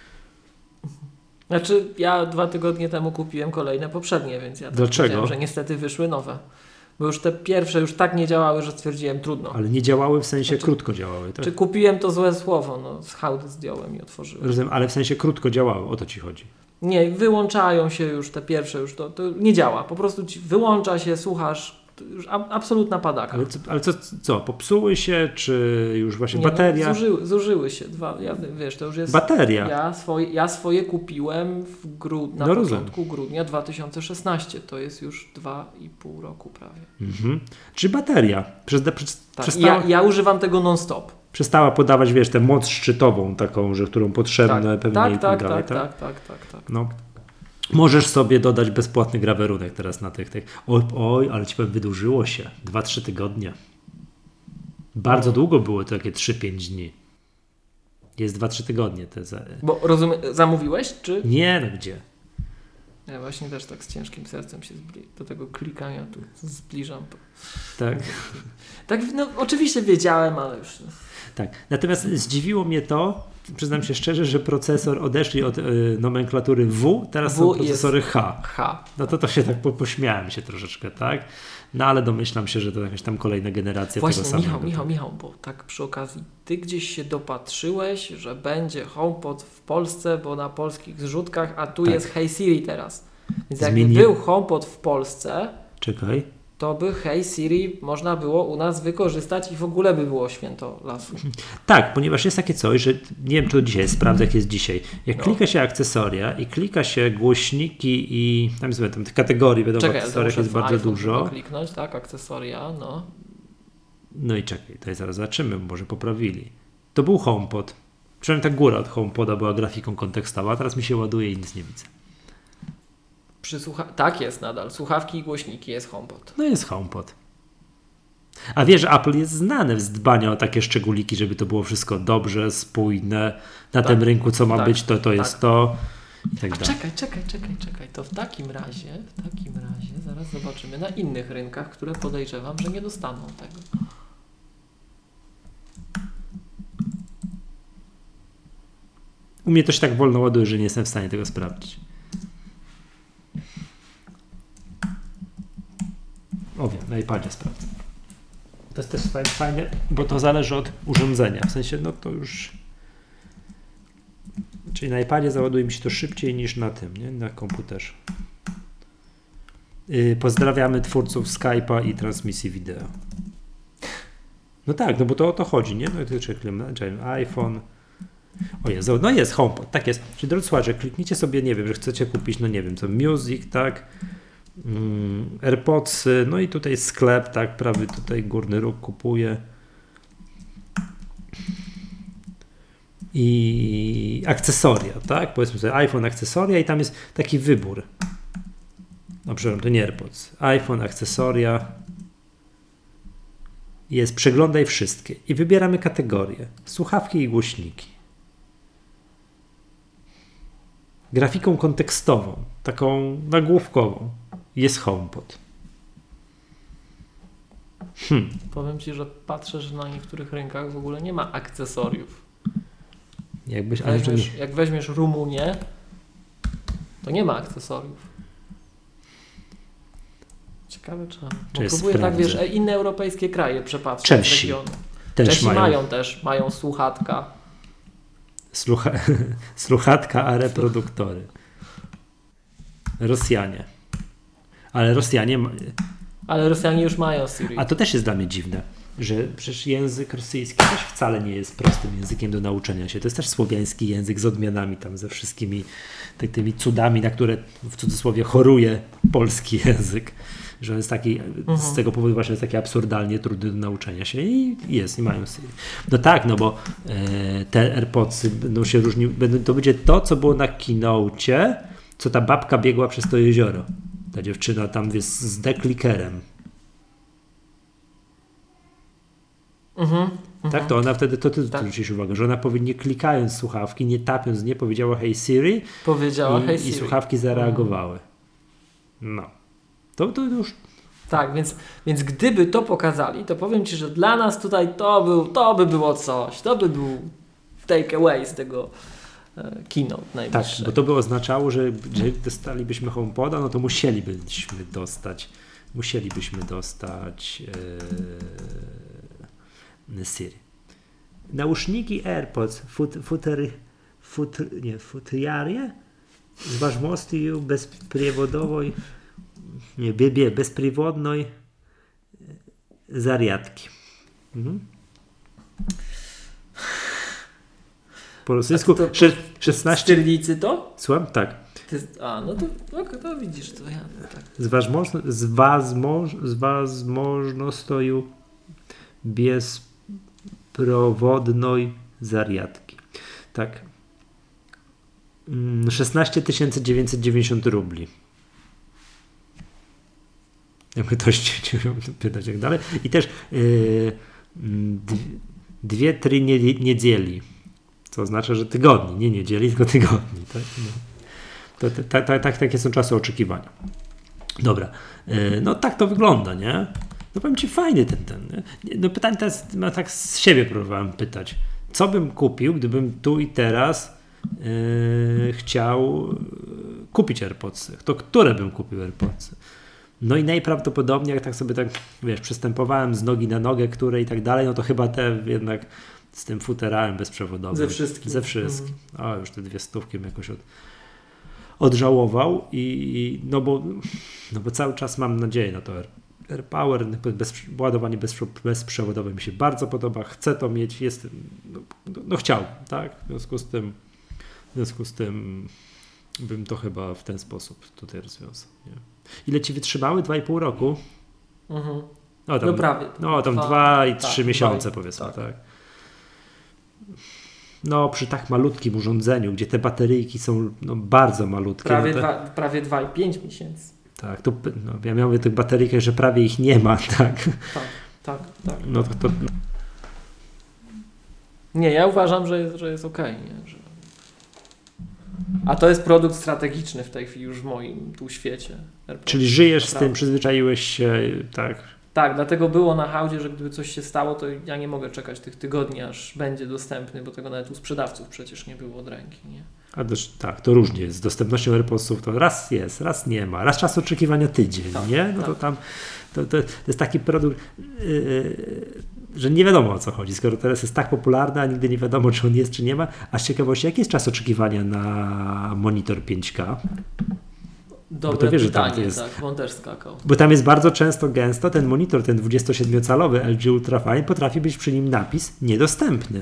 Znaczy, ja 2 tygodnie temu kupiłem kolejne poprzednie, więc ja powiedziałem, że niestety wyszły nowe. Bo już te pierwsze już tak nie działały, że stwierdziłem trudno. Ale nie działały w sensie krótko działały, tak? Czy kupiłem to złe słowo, z hałdy zdjąłem i otworzyłem. Rozumiem, ale w sensie krótko działały, o to ci chodzi. Nie, wyłączają się już te pierwsze, już to nie działa. Po prostu wyłącza się, słuchasz, już absolutna padaka. Ale co, popsuły się, czy już właśnie bateria? Zużyły się. Wiesz, to już jest... Bateria? Ja swoje kupiłem na początku grudnia 2016. To jest już 2,5 roku prawie. Czy bateria? Ja używam tego non-stop. Przestała podawać, wiesz, tę moc szczytową taką, którą potrzebne pewnie i tak dalej. Tak. No. Możesz sobie dodać bezpłatny grawerunek teraz na tych. Oj, ale ci powiem, wydłużyło się. 2-3 tygodnie. Bardzo długo było to takie 3-5 dni. Jest 2-3 tygodnie. Bo rozumiem, zamówiłeś, czy? Nie, no gdzie? Ja właśnie też tak z ciężkim sercem się do tego klikania tu zbliżam. Tak. Tak, no oczywiście wiedziałem, ale już... Tak. Natomiast zdziwiło mnie to, przyznam się szczerze, że procesor odeszli od nomenklatury W, teraz są procesory H. No to się tak pośmiałem się troszeczkę, tak? No ale domyślam się, że to jakaś tam kolejna generacja właśnie, tego samego. Michał, bo tak przy okazji, ty gdzieś się dopatrzyłeś, że będzie HomePod w Polsce, bo na polskich zrzutkach, a tu jest Hey Siri teraz. Więc jakby był HomePod w Polsce... Czekaj. To by Hey Siri można było u nas wykorzystać i w ogóle by było święto lasu. Tak, ponieważ jest takie coś, że nie wiem, czy to dzisiaj sprawdzę, jak jest dzisiaj. Jak klika się akcesoria i klika się głośniki i tam jest tych kategorii, wiadomo, w akcesoriach jest bardzo dużo. Kliknąć, tak, akcesoria, no. No i czekaj, tutaj zaraz zobaczymy, może poprawili. To był HomePod. Przynajmniej ta góra od HomePoda była grafiką kontekstową, a teraz mi się ładuje i nic nie widzę. Tak jest nadal. Słuchawki i głośniki jest HomePod. No jest HomePod. A wiesz, że Apple jest znane z dbania o takie szczególiki, żeby to było wszystko dobrze, spójne. Na tym rynku co ma być, to jest to. I tak dalej. Czekaj. To w takim razie zaraz zobaczymy na innych rynkach, które podejrzewam, że nie dostaną tego. U mnie to się tak wolno ładuje, że nie jestem w stanie tego sprawdzić. Wiem, na iPadzie sprawdzę. To jest też fajne, bo to zależy od urządzenia. W sensie, no to już... Czyli na iPadzie załaduje mi się to szybciej niż na tym, nie? Na komputerze. Pozdrawiamy twórców Skype'a i transmisji wideo. No tak, no bo to o to chodzi, nie? No to iPhone... O Jezu, no jest HomePod, tak jest. Czyli drodzy słuchacze, kliknijcie sobie, nie wiem, że chcecie kupić, no nie wiem, co Music, tak? AirPodsy, no i tutaj sklep, tak, prawy tutaj górny róg kupuje i akcesoria, tak, powiedzmy sobie iPhone, akcesoria i tam jest taki wybór, no przepraszam, to nie AirPods, iPhone, akcesoria, jest przeglądaj wszystkie i wybieramy kategorie, słuchawki i głośniki. Grafiką kontekstową, taką nagłówkową jest HomePod. Powiem Ci, że patrzę, że na niektórych rynkach w ogóle nie ma akcesoriów. Jak weźmiesz Rumunię, to nie ma akcesoriów. Ciekawe czemu. Próbuję tak, wiesz, inne europejskie kraje przepatrzeć. Czesi. Czesi mają słuchatka. Słuchatka, a reproduktory. Rosjanie. Ale Rosjanie już mają Siri. A to też jest dla mnie dziwne. że przecież język rosyjski też wcale nie jest prostym językiem do nauczenia się. To jest też słowiański język z odmianami tam ze wszystkimi tymi cudami, na które w cudzysłowie choruje polski język. Że on jest taki, z tego powodu właśnie jest taki absurdalnie trudny do nauczenia się i mają sobie. No tak, no bo te AirPodsy będą się różniły, to będzie to, co było na keynocie, co ta babka biegła przez to jezioro. Ta dziewczyna tam jest z deklikerem. Tak, to ona wtedy, to ty zwrócisz uwagę, że ona powinien klikając słuchawki, nie tapiąc, nie powiedziała hey Siri, i słuchawki zareagowały. No. To już... Tak, więc gdyby to pokazali, to powiem Ci, że dla nas tutaj to by było coś, to by był take away z tego keynote najbliższego. Tak, bo to by oznaczało, że dostalibyśmy HomePoda, no to musielibyśmy dostać Siri. Nauszniki AirPods futriarie z możliwością bezprzewodowej zaradki. Po rosyjsku 16... Sterlicy to? Słucham? Tak. To widzisz, to ja. Tak. Z możliwością bezprzewodowej zaradki. Tak. 16 990 rubli. Jakby ktoś chciał pytać jak dalej. I też 2-3 niedzieli. Co oznacza, że tygodni. Nie niedzieli, tylko tygodni. Tak? No. Takie są czasy oczekiwania. Dobra. No tak to wygląda, nie? No powiem Ci, fajny ten. No pytanie teraz, tak z siebie próbowałem pytać. Co bym kupił, gdybym tu i teraz chciał kupić AirPodsy? To które bym kupił AirPodsy? No i najprawdopodobniej, jak tak sobie przestępowałem z nogi na nogę, które i tak dalej, no to chyba te jednak z tym futerałem bezprzewodowym. Ze wszystkim. O, już te 200 jakoś odżałował no bo cały czas mam nadzieję na to AirPower, ładowanie bezprzewodowe mi się bardzo podoba, chcę to mieć, chciałbym, tak? W związku z tym bym to chyba w ten sposób tutaj rozwiązał. Nie? Ile Ci wytrzymały? 2,5 roku? No prawie. No tam 2 i 3 miesiące powiedzmy, tak. No przy tak malutkim urządzeniu, gdzie te bateryjki są bardzo malutkie. Prawie 2,5 miesięcy. Tak, ja miałem tych bateryjkach, że prawie ich nie ma, tak. Tak. No to... Nie, ja uważam, że jest okej. Nie? A to jest produkt strategiczny w tej chwili już w moim tu świecie. Czyli żyjesz z tym, przyzwyczaiłeś się, tak? Tak, dlatego było na hałdzie, że gdyby coś się stało, to ja nie mogę czekać tych tygodni, aż będzie dostępny, bo tego nawet u sprzedawców przecież nie było od ręki, nie? A też, tak, to różnie jest. Z dostępnością AirPodsów to raz jest, raz nie ma. Raz czas oczekiwania tydzień, nie? No to tam, to jest taki produkt, że nie wiadomo o co chodzi. Skoro teraz jest tak popularny, a nigdy nie wiadomo, czy on jest, czy nie ma. A z ciekawości, jaki jest czas oczekiwania na monitor 5K? Dobre pytanie, jest, tak, on też skakał. Bo tam jest bardzo często, ten monitor, ten 27-calowy LG Ultrafine, potrafi być przy nim napis niedostępny.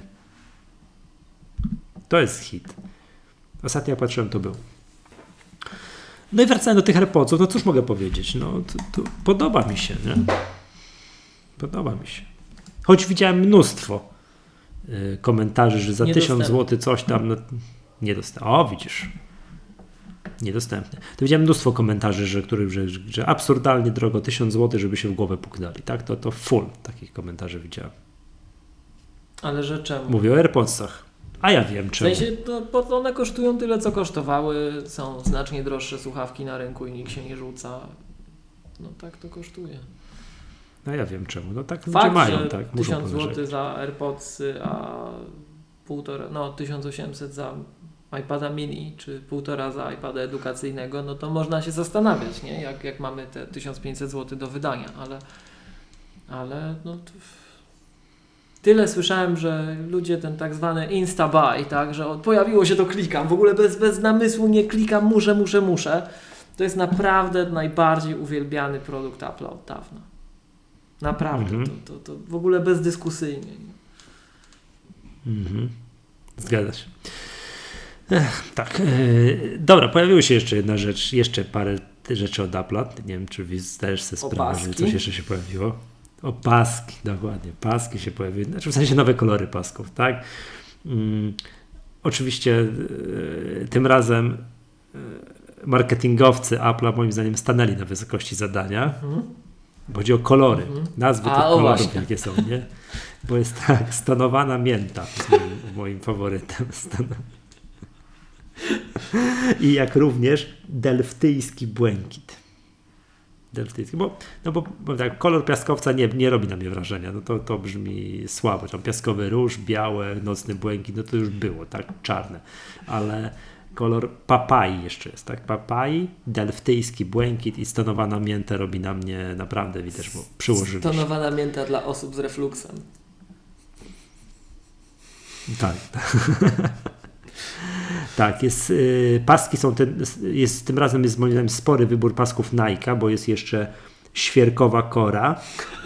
To jest hit. Ostatnio jak patrzyłem, to był. No i wracając do tych AirPodsów, no cóż mogę powiedzieć? No to podoba mi się, nie? Podoba mi się. Choć widziałem mnóstwo komentarzy, że za 1000 zł coś tam niedostępne. O, widzisz. Niedostępne. To widziałem mnóstwo komentarzy, że absurdalnie drogo 1000 zł, żeby się w głowę puknęli. Tak? To full takich komentarzy widziałem. Ale że czemu? Mówię o AirPodsach. A ja wiem czemu. W sensie, bo one kosztują tyle, co kosztowały. Są znacznie droższe słuchawki na rynku i nikt się nie rzuca. No tak to kosztuje. No ja wiem czemu. No tak ludzie mają, tak. 1000 zł za AirPodsy, a 1800 za iPada mini, czy 1,5 za iPada edukacyjnego, no to można się zastanawiać, nie? Jak mamy te 1500 zł do wydania, ale no tyle słyszałem, że ludzie ten tak zwany insta-buy, tak, że pojawiło się to klikam, w ogóle bez namysłu nie klikam, muszę. To jest naprawdę najbardziej uwielbiany produkt Apple'a od dawna. Naprawdę, to w ogóle bezdyskusyjnie. Zgadza się. Tak. Dobra, pojawiła się jeszcze jedna rzecz, jeszcze parę rzeczy od Apple'a. Nie wiem, czy zdajesz sobie sprawę, że coś jeszcze się pojawiło. O, paski, dokładnie. Paski się pojawiły. Znaczy w sensie nowe kolory pasków, tak? Oczywiście tym razem marketingowcy Apple'a moim zdaniem stanęli na wysokości zadania. Bo chodzi o kolory. Nazwy tych kolorów, właśnie. Jakie są, nie? Bo jest tak, stonowana mięta jest moim faworytem. I jak również delftyjski błękit. Delftyjski, bo tak, kolor piaskowca nie robi na mnie wrażenia. No to brzmi słabo. Tam piaskowy róż, białe, nocny błękit, no to już było, tak, czarne. Ale kolor papai jeszcze jest, tak? Papai, delftyjski błękit i stonowana mięta robi na mnie naprawdę, widać, bo przyłożyliście. Stonowana mięta dla osób z refluksem. Tak. Tak, paski są tym razem jest moim zdaniem spory wybór pasków Nike'a, bo jest jeszcze świerkowa kora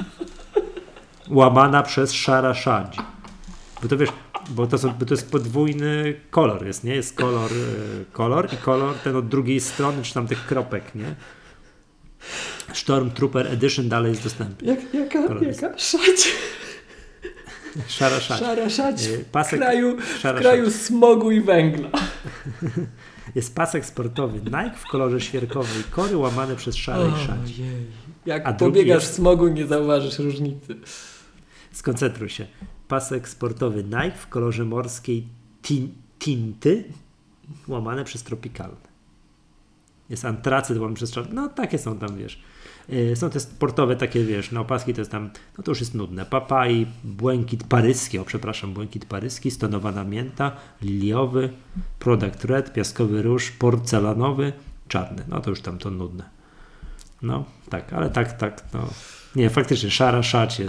łamana przez szara szadzi. Bo to wiesz, bo to jest podwójny kolor, jest, nie? Jest kolor i kolor ten od drugiej strony, czy tam tych kropek, nie? Stormtrooper Edition dalej jest dostępny. Jaka szadź? Szara szadź. Szara szadź pasek, w kraju smogu i węgla. Jest pasek sportowy Nike w kolorze świerkowej kory łamany przez szarej szadzi. Jak pobiegasz w smogu, nie zauważysz różnicy. Skoncentruj się. Pasek sportowy Nike w kolorze morskiej tinty łamane przez tropikalne. Jest antracyt łamany przez czarny. No takie są tam, wiesz. Są te sportowe takie, wiesz, no opaski to jest tam, no to już jest nudne. Papai, błękit paryski, stonowana mięta, liliowy, product red, piaskowy róż, porcelanowy, czarny. No to już tam to nudne. No, tak, ale tak, no. Nie, faktycznie szara szać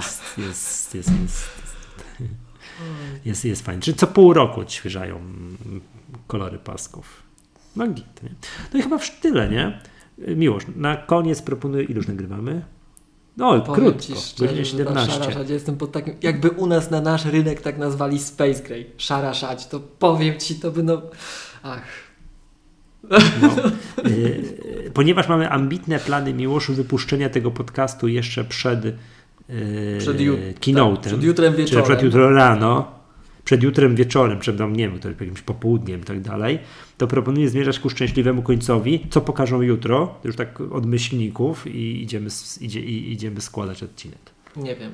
jest fajnie. Czyli co pół roku odświeżają kolory pasków. No git, nie? No i chyba w tyle, nie? Miłosz, na koniec proponuję, ile już nagrywamy? No, powiem krótko, godzina 17. Szara szać, jestem pod takim, jakby u nas na nasz rynek tak nazwali Space Gray, szara szać, to powiem ci, to by ach. No, ponieważ mamy ambitne plany, Miłoszu, wypuszczenia tego podcastu jeszcze przed keynote'em, przed jutrem wieczorem, przed jutro rano, przed jutrem wieczorem, przed jakimś popołudniem i tak dalej, to proponuję zmierzać ku szczęśliwemu końcowi, co pokażą jutro, już tak od myślników i idziemy składać odcinek. Nie wiem.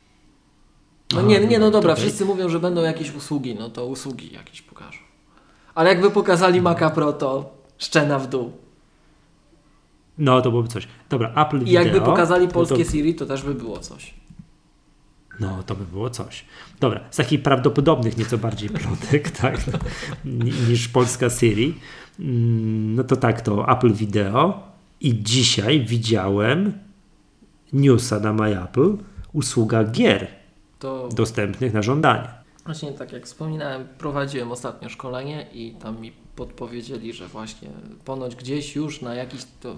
No dobra, wszyscy mówią, że będą jakieś usługi, no to usługi jakieś pokażą. Ale jakby pokazali Maca Pro, to szczena w dół. No to byłoby coś. Dobra, Apple Video. I jakby pokazali polskie Siri, to też by było coś. No, to by było coś. Dobra, z takich prawdopodobnych nieco bardziej plotek, tak, niż polska Siri, no to tak, to Apple Video i dzisiaj widziałem newsa na MyApple, usługa gier dostępnych na żądanie. Właśnie tak jak wspominałem, prowadziłem ostatnio szkolenie i tam mi podpowiedzieli, że właśnie ponoć gdzieś już na jakiś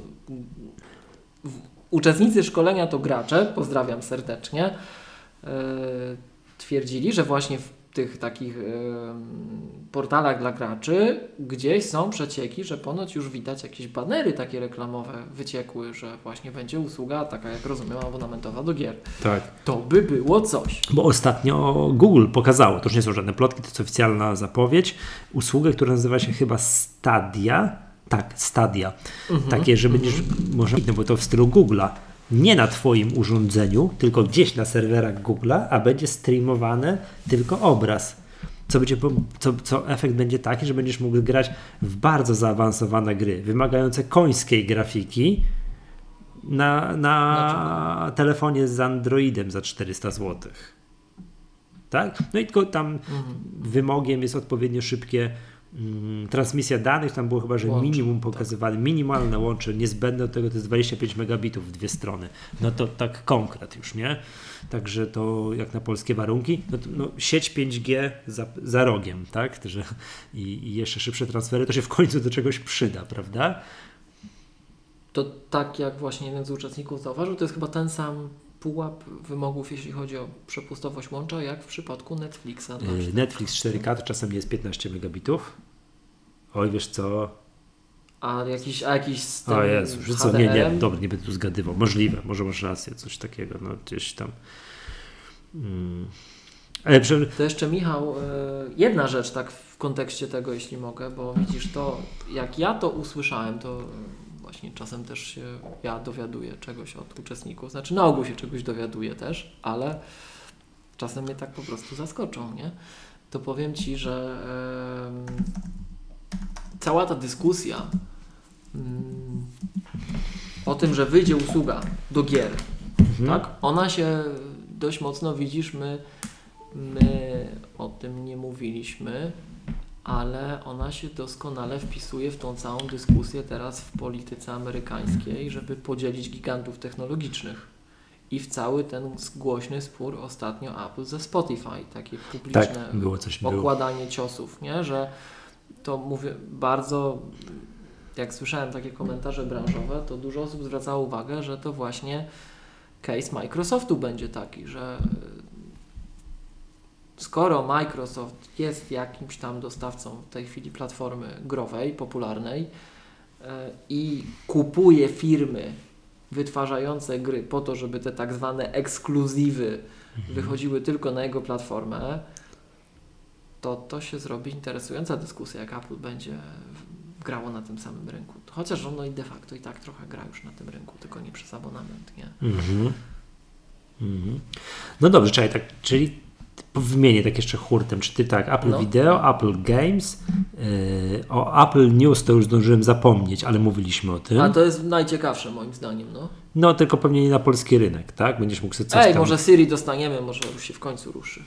uczestnicy szkolenia to gracze, pozdrawiam serdecznie, twierdzili, że właśnie w tych takich portalach dla graczy gdzieś są przecieki, że ponoć już widać jakieś banery takie reklamowe wyciekły, że właśnie będzie usługa taka, jak rozumiem, abonamentowa do gier. Tak. To by było coś. Bo ostatnio Google pokazało, to już nie są żadne plotki, to jest oficjalna zapowiedź, usługę, która nazywa się chyba Stadia. Tak, Stadia. Takie, że będziesz, może, no bo to w stylu Google'a. Nie na twoim urządzeniu, tylko gdzieś na serwerach Google'a, a będzie streamowane tylko obraz. Co efekt będzie taki, że będziesz mógł grać w bardzo zaawansowane gry, wymagające końskiej grafiki na telefonie z Androidem za 400 zł. Tak? No i tylko tam wymogiem jest odpowiednio szybkie transmisja danych, tam było chyba, że minimum pokazywane, minimalne łącze niezbędne do tego to jest 25 megabitów w dwie strony. No to tak konkret już, nie? Także to jak na polskie warunki, no sieć 5G za rogiem, tak? I jeszcze szybsze transfery, to się w końcu do czegoś przyda, prawda? To tak jak właśnie jeden z uczestników zauważył, to jest chyba ten sam pułap wymogów, jeśli chodzi o przepustowość łącza, jak w przypadku Netflixa. Netflix 4K to czasem jest 15 megabitów. Oj, wiesz co? A jakiś z tym O Jezu, że co? Nie, dobra, nie będę tu zgadywał. Możliwe, może masz rację, coś takiego, no gdzieś tam. To jeszcze, Michał, jedna rzecz tak w kontekście tego, jeśli mogę, bo widzisz to, jak ja to usłyszałem, to właśnie czasem też się ja dowiaduję czegoś od uczestników, znaczy na ogół się czegoś dowiaduję też, ale czasem mnie tak po prostu zaskoczą, nie? To powiem Ci, że cała ta dyskusja o tym, że wyjdzie usługa do gier, tak? Ona się dość mocno, widzisz, my o tym nie mówiliśmy, ale ona się doskonale wpisuje w tą całą dyskusję teraz w polityce amerykańskiej, żeby podzielić gigantów technologicznych. I w cały ten głośny spór ostatnio Apple ze Spotify, takie publiczne okładanie ciosów, nie? Że to mówię bardzo, jak słyszałem takie komentarze branżowe, to dużo osób zwracało uwagę, że to właśnie case Microsoftu będzie taki, że skoro Microsoft jest jakimś tam dostawcą w tej chwili platformy growej, popularnej i kupuje firmy wytwarzające gry po to, żeby te tak zwane ekskluzywy wychodziły tylko na jego platformę, to się zrobi interesująca dyskusja, jak Apple będzie grało na tym samym rynku. Chociaż ono i de facto i tak trochę gra już na tym rynku, tylko nie przez abonament, nie? No dobrze, czekaj, tak, czyli wymienię tak jeszcze hurtem, czy ty tak, Apple Video, Apple Games, o Apple News to już zdążyłem zapomnieć, ale mówiliśmy o tym. A to jest najciekawsze moim zdaniem, no. No tylko pewnie nie na polski rynek, tak? Będziesz mógł sobie coś tam... może Siri dostaniemy, może już się w końcu ruszy.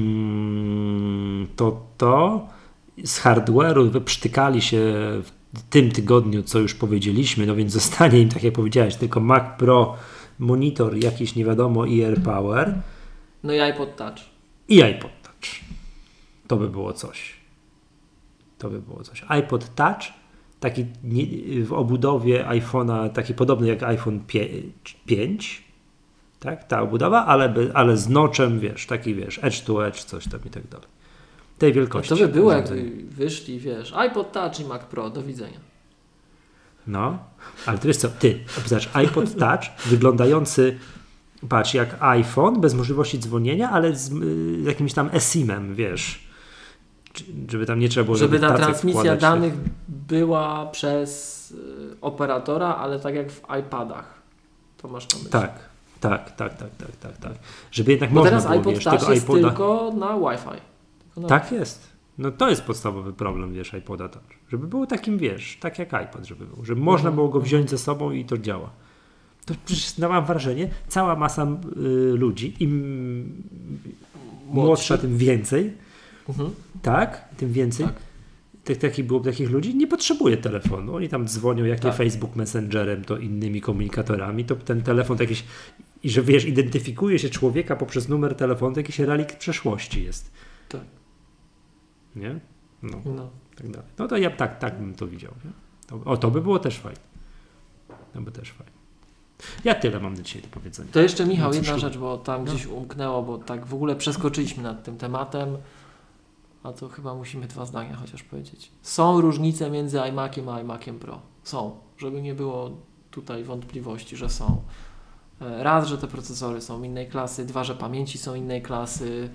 To z hardware'u wyprztykali się w tym tygodniu, co już powiedzieliśmy, no więc zostanie im, tak jak powiedziałeś, tylko Mac Pro, monitor jakiś nie wiadomo i AirPower. No i iPod Touch. I iPod Touch. To by było coś. iPod Touch, taki w obudowie iPhone'a, taki podobny jak iPhone 5, tak? Ta obudowa, ale z notchem, wiesz, taki wiesz, edge to edge, coś tam i tak dalej. Tej wielkości. To by było, jakby wyszli, wiesz, iPod Touch i Mac Pro, do widzenia. No, ale to wiesz co, zobacz, iPod Touch wyglądający, patrz, jak iPhone, bez możliwości dzwonienia, ale z jakimś tam eSIM-em, wiesz, żeby tam nie trzeba było... Żeby ta transmisja danych była przez operatora, ale tak jak w iPadach. To masz na myśli. Tak. Żeby jednak bo można teraz było, iPod wiesz, Touch tego jest iPoda... tylko na Wi-Fi. Tak jest. No to jest podstawowy problem, wiesz, iPoda Touch. Żeby było takim, wiesz, tak jak iPad, żeby było. Żeby można było go wziąć ze sobą i to działa. To przecież mam wrażenie, cała masa ludzi, im młodsza, tym więcej. Tak? Tym więcej. Tak. Takich ludzi nie potrzebuje telefonu. Oni tam dzwonią, jak nie Facebook Messengerem, to innymi komunikatorami, to ten telefon to jakiś, i że wiesz, identyfikuje się człowieka poprzez numer telefonu, to jakiś relikt przeszłości jest. Tak. Nie? No. Tak dalej. No to ja tak bym to widział. Nie? To by było też fajne. Ja tyle mam do dzisiaj do powiedzenia. To jeszcze, Michał, jedna rzecz, bo tam gdzieś umknęło, bo tak w ogóle przeskoczyliśmy nad tym tematem, a to chyba musimy 2 zdania chociaż powiedzieć. Są różnice między iMaciem a iMaciem Pro. Są. Żeby nie było tutaj wątpliwości, że są. Raz, że te procesory są innej klasy, 2, że pamięci są innej klasy.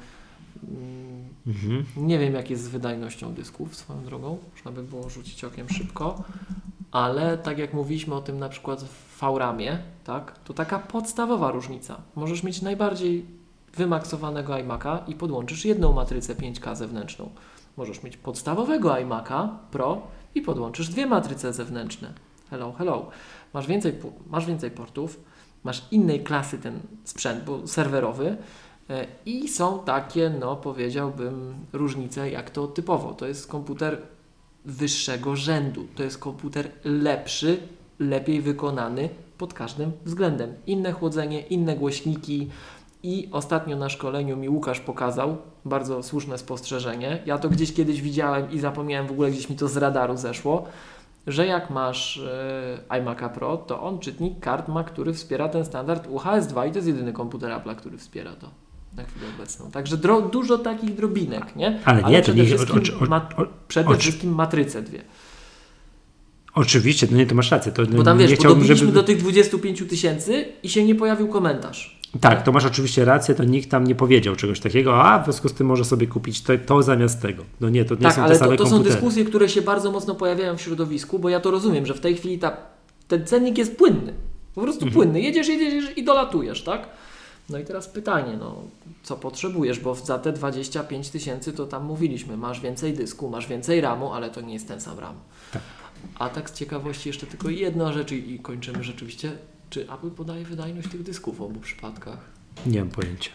Nie wiem, jak jest z wydajnością dysków swoją drogą. Można by było rzucić okiem szybko. Ale tak jak mówiliśmy o tym na przykład w VRAMie, tak, to taka podstawowa różnica. Możesz mieć najbardziej wymaksowanego iMac'a i podłączysz jedną matrycę 5K zewnętrzną. Możesz mieć podstawowego iMac'a Pro i podłączysz 2 matryce zewnętrzne. Hello. Masz więcej portów, masz innej klasy ten sprzęt, bo serwerowy, i są takie, powiedziałbym, różnice jak to typowo. To jest komputer wyższego rzędu. To jest komputer lepszy, lepiej wykonany pod każdym względem. Inne chłodzenie, inne głośniki i ostatnio na szkoleniu mi Łukasz pokazał bardzo słuszne spostrzeżenie. Ja to gdzieś kiedyś widziałem i zapomniałem w ogóle, gdzieś mi to z radaru zeszło. że jak masz iMac'a Pro, to on czytnik kart ma, który wspiera ten standard UHS-2 i to jest jedyny komputer Apple'a, który wspiera to na chwilę obecną. Także dużo takich drobinek, nie? Ale nie, przede wszystkim matryce 2. Oczywiście, to masz rację. Bo tam wiesz, dobiliśmy do tych 25 000 i się nie pojawił komentarz. Tak, to masz oczywiście rację, to nikt tam nie powiedział czegoś takiego, a w związku z tym może sobie kupić to zamiast tego. No nie, to nie są te same komputery. To są dyskusje, które się bardzo mocno pojawiają w środowisku, bo ja to rozumiem, że w tej chwili ten cennik jest płynny. Po prostu płynny. Jedziesz i dolatujesz, tak? No i teraz pytanie, co potrzebujesz, bo za te 25 000 to tam mówiliśmy, masz więcej dysku, masz więcej RAMu, ale to nie jest ten sam RAM. Tak. A tak z ciekawości jeszcze tylko jedna rzecz i kończymy rzeczywiście. Czy Apple podaje wydajność tych dysków w obu przypadkach? Nie mam pojęcia.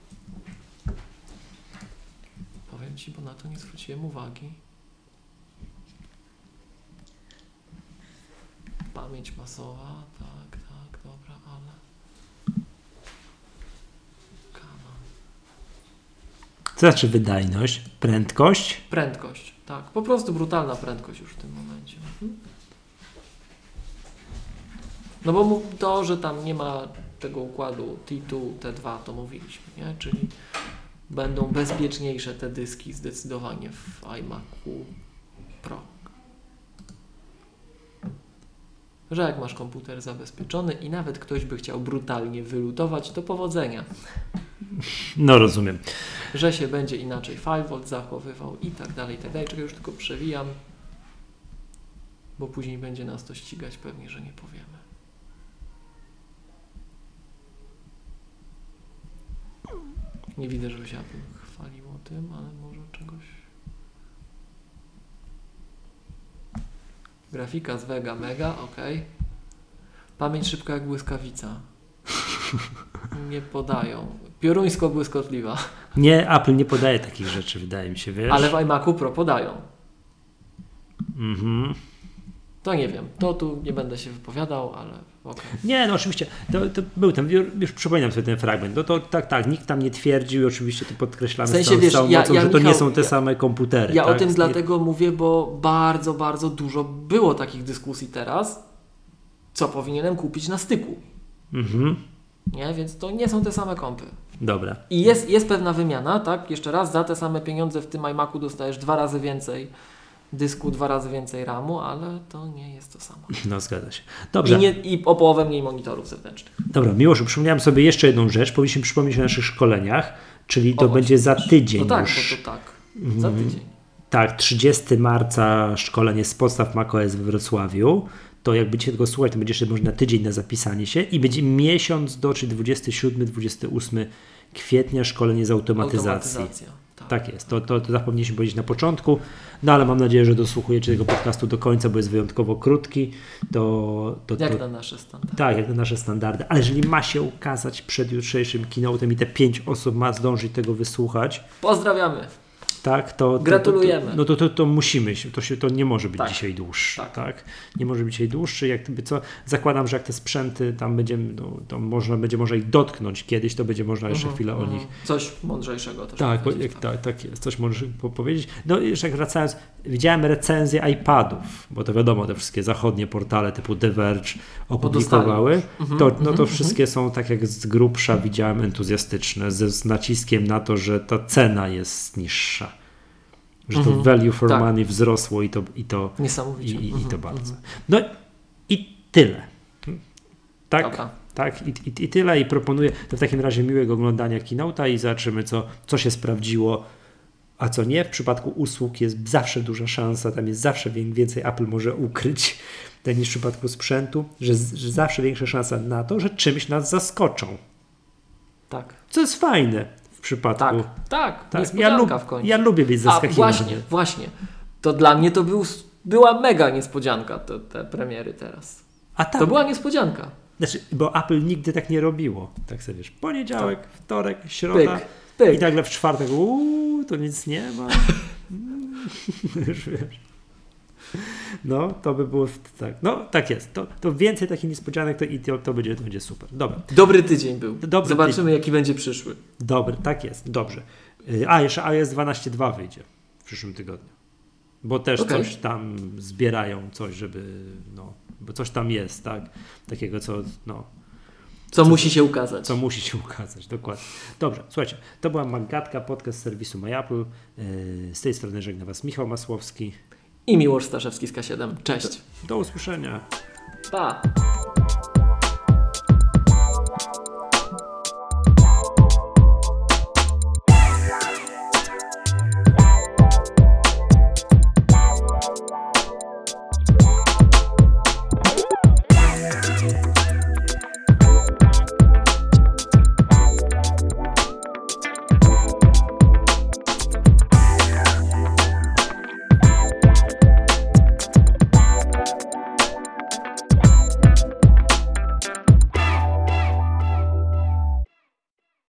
Powiem Ci, bo na to nie zwróciłem uwagi. Pamięć masowa, tak, dobra, ale... Co znaczy wydajność? Prędkość? Prędkość, tak. Po prostu brutalna prędkość już w tym momencie. No bo to, że tam nie ma tego układu T2, T2, to mówiliśmy, nie? Czyli będą bezpieczniejsze te dyski zdecydowanie w iMacu Pro. Że jak masz komputer zabezpieczony i nawet ktoś by chciał brutalnie wylutować, to powodzenia. No rozumiem. Że się będzie inaczej 5V zachowywał i tak dalej, Czego już tylko przewijam, bo później będzie nas to ścigać pewnie, że nie powiemy. Nie widzę, żeby się Apple chwaliło tym, ale może czegoś... Grafika z Vega mega, okej. Pamięć szybka jak błyskawica. Nie podają. Pioruńsko błyskotliwa. Nie, Apple nie podaje takich rzeczy, wydaje mi się, wiesz? Ale w iMacu Pro podają. Mhm. To nie wiem. To tu nie będę się wypowiadał, ale okej. Nie, no oczywiście. To był tam, już przypominam sobie ten fragment. No to tak, nikt tam nie twierdził i oczywiście to podkreślamy w sensie, z całą mocą, że to nie są te same komputery. Ja tak? o tym dlatego mówię, bo bardzo, bardzo dużo było takich dyskusji teraz, co powinienem kupić na styku. Mhm. Nie, więc to nie są te same kompy. Dobra. I jest pewna wymiana, tak? Jeszcze raz, za te same pieniądze w tym iMacu dostajesz 2 razy więcej dysku, 2 razy więcej RAMu, ale to nie jest to samo. No zgadza się. Dobrze. I o połowę mniej monitorów zewnętrznych. Dobra, Miłoszu, przypomniałem sobie jeszcze jedną rzecz. Powinniśmy przypomnieć o naszych szkoleniach, czyli to będzie za tydzień. No tak, już. bo to tak. Za tydzień. Tak, 30 marca szkolenie z podstaw macOS we Wrocławiu. To jak będziecie tego słuchać, to będzie jeszcze można tydzień na zapisanie się i będzie miesiąc czyli 27-28 kwietnia szkolenie z automatyzacji. Tak jest, to zapomnieliśmy powiedzieć na początku, no ale mam nadzieję, że dosłuchujecie tego podcastu do końca, bo jest wyjątkowo krótki. Jak na nasze standardy. Tak, jak na nasze standardy, ale jeżeli ma się ukazać przed jutrzejszym keynote'em i te 5 osób ma zdążyć tego wysłuchać. Pozdrawiamy. Tak, to gratulujemy. To musimy, to nie może być dzisiaj dłuższy. Tak. Nie może być dzisiaj dłuższy. Zakładam, że jak te sprzęty tam będziemy, to będzie można ich dotknąć kiedyś, to będzie można jeszcze chwilę o nich. Coś mądrzejszego też. Tak jest, coś możesz powiedzieć. No i jeszcze wracając, widziałem recenzje iPadów, bo to wiadomo, te wszystkie zachodnie portale typu The Verge opublikowały. To wszystkie są tak jak z grubsza widziałem entuzjastyczne, z naciskiem na to, że ta cena jest niższa. Że to value for money wzrosło i to niesamowicie. I to bardzo. No i tyle. Tak? Dobra. Tak, i tyle. I proponuję to w takim razie miłego oglądania keynote'a i zobaczymy, co się sprawdziło, a co nie. W przypadku usług jest zawsze duża szansa, tam jest zawsze więcej Apple może ukryć niż w przypadku sprzętu, że zawsze większa szansa na to, że czymś nas zaskoczą. Tak. Co jest fajne. W przypadku. Tak. Niespodzianka w końcu. Ja lubię być zaskakiwany. Właśnie. To dla mnie to była mega niespodzianka te premiery teraz. To była niespodzianka. Znaczy, bo Apple nigdy tak nie robiło. Tak sobie wiesz, poniedziałek, wtorek, środa pyk. I nagle w czwartek to nic nie ma. Już wiesz. No, to by było tak. No, tak jest. To więcej takich niespodzianek to będzie super. Dobra. Dobry tydzień był. Zobaczymy, jaki będzie przyszły. Dobry, tak jest. Dobrze. A jeszcze iOS 12.2 wyjdzie w przyszłym tygodniu. Bo też coś tam zbierają, coś, żeby, no, bo coś tam jest, tak? Takiego, co, no. Co musi się ukazać. Co musi się ukazać, dokładnie. Dobrze, słuchajcie, to była Magatka, podcast serwisu MyApple. Z tej strony żegna Was Michał Masłowski i Miłosz Staszewski z K7. Cześć. Do usłyszenia. Pa.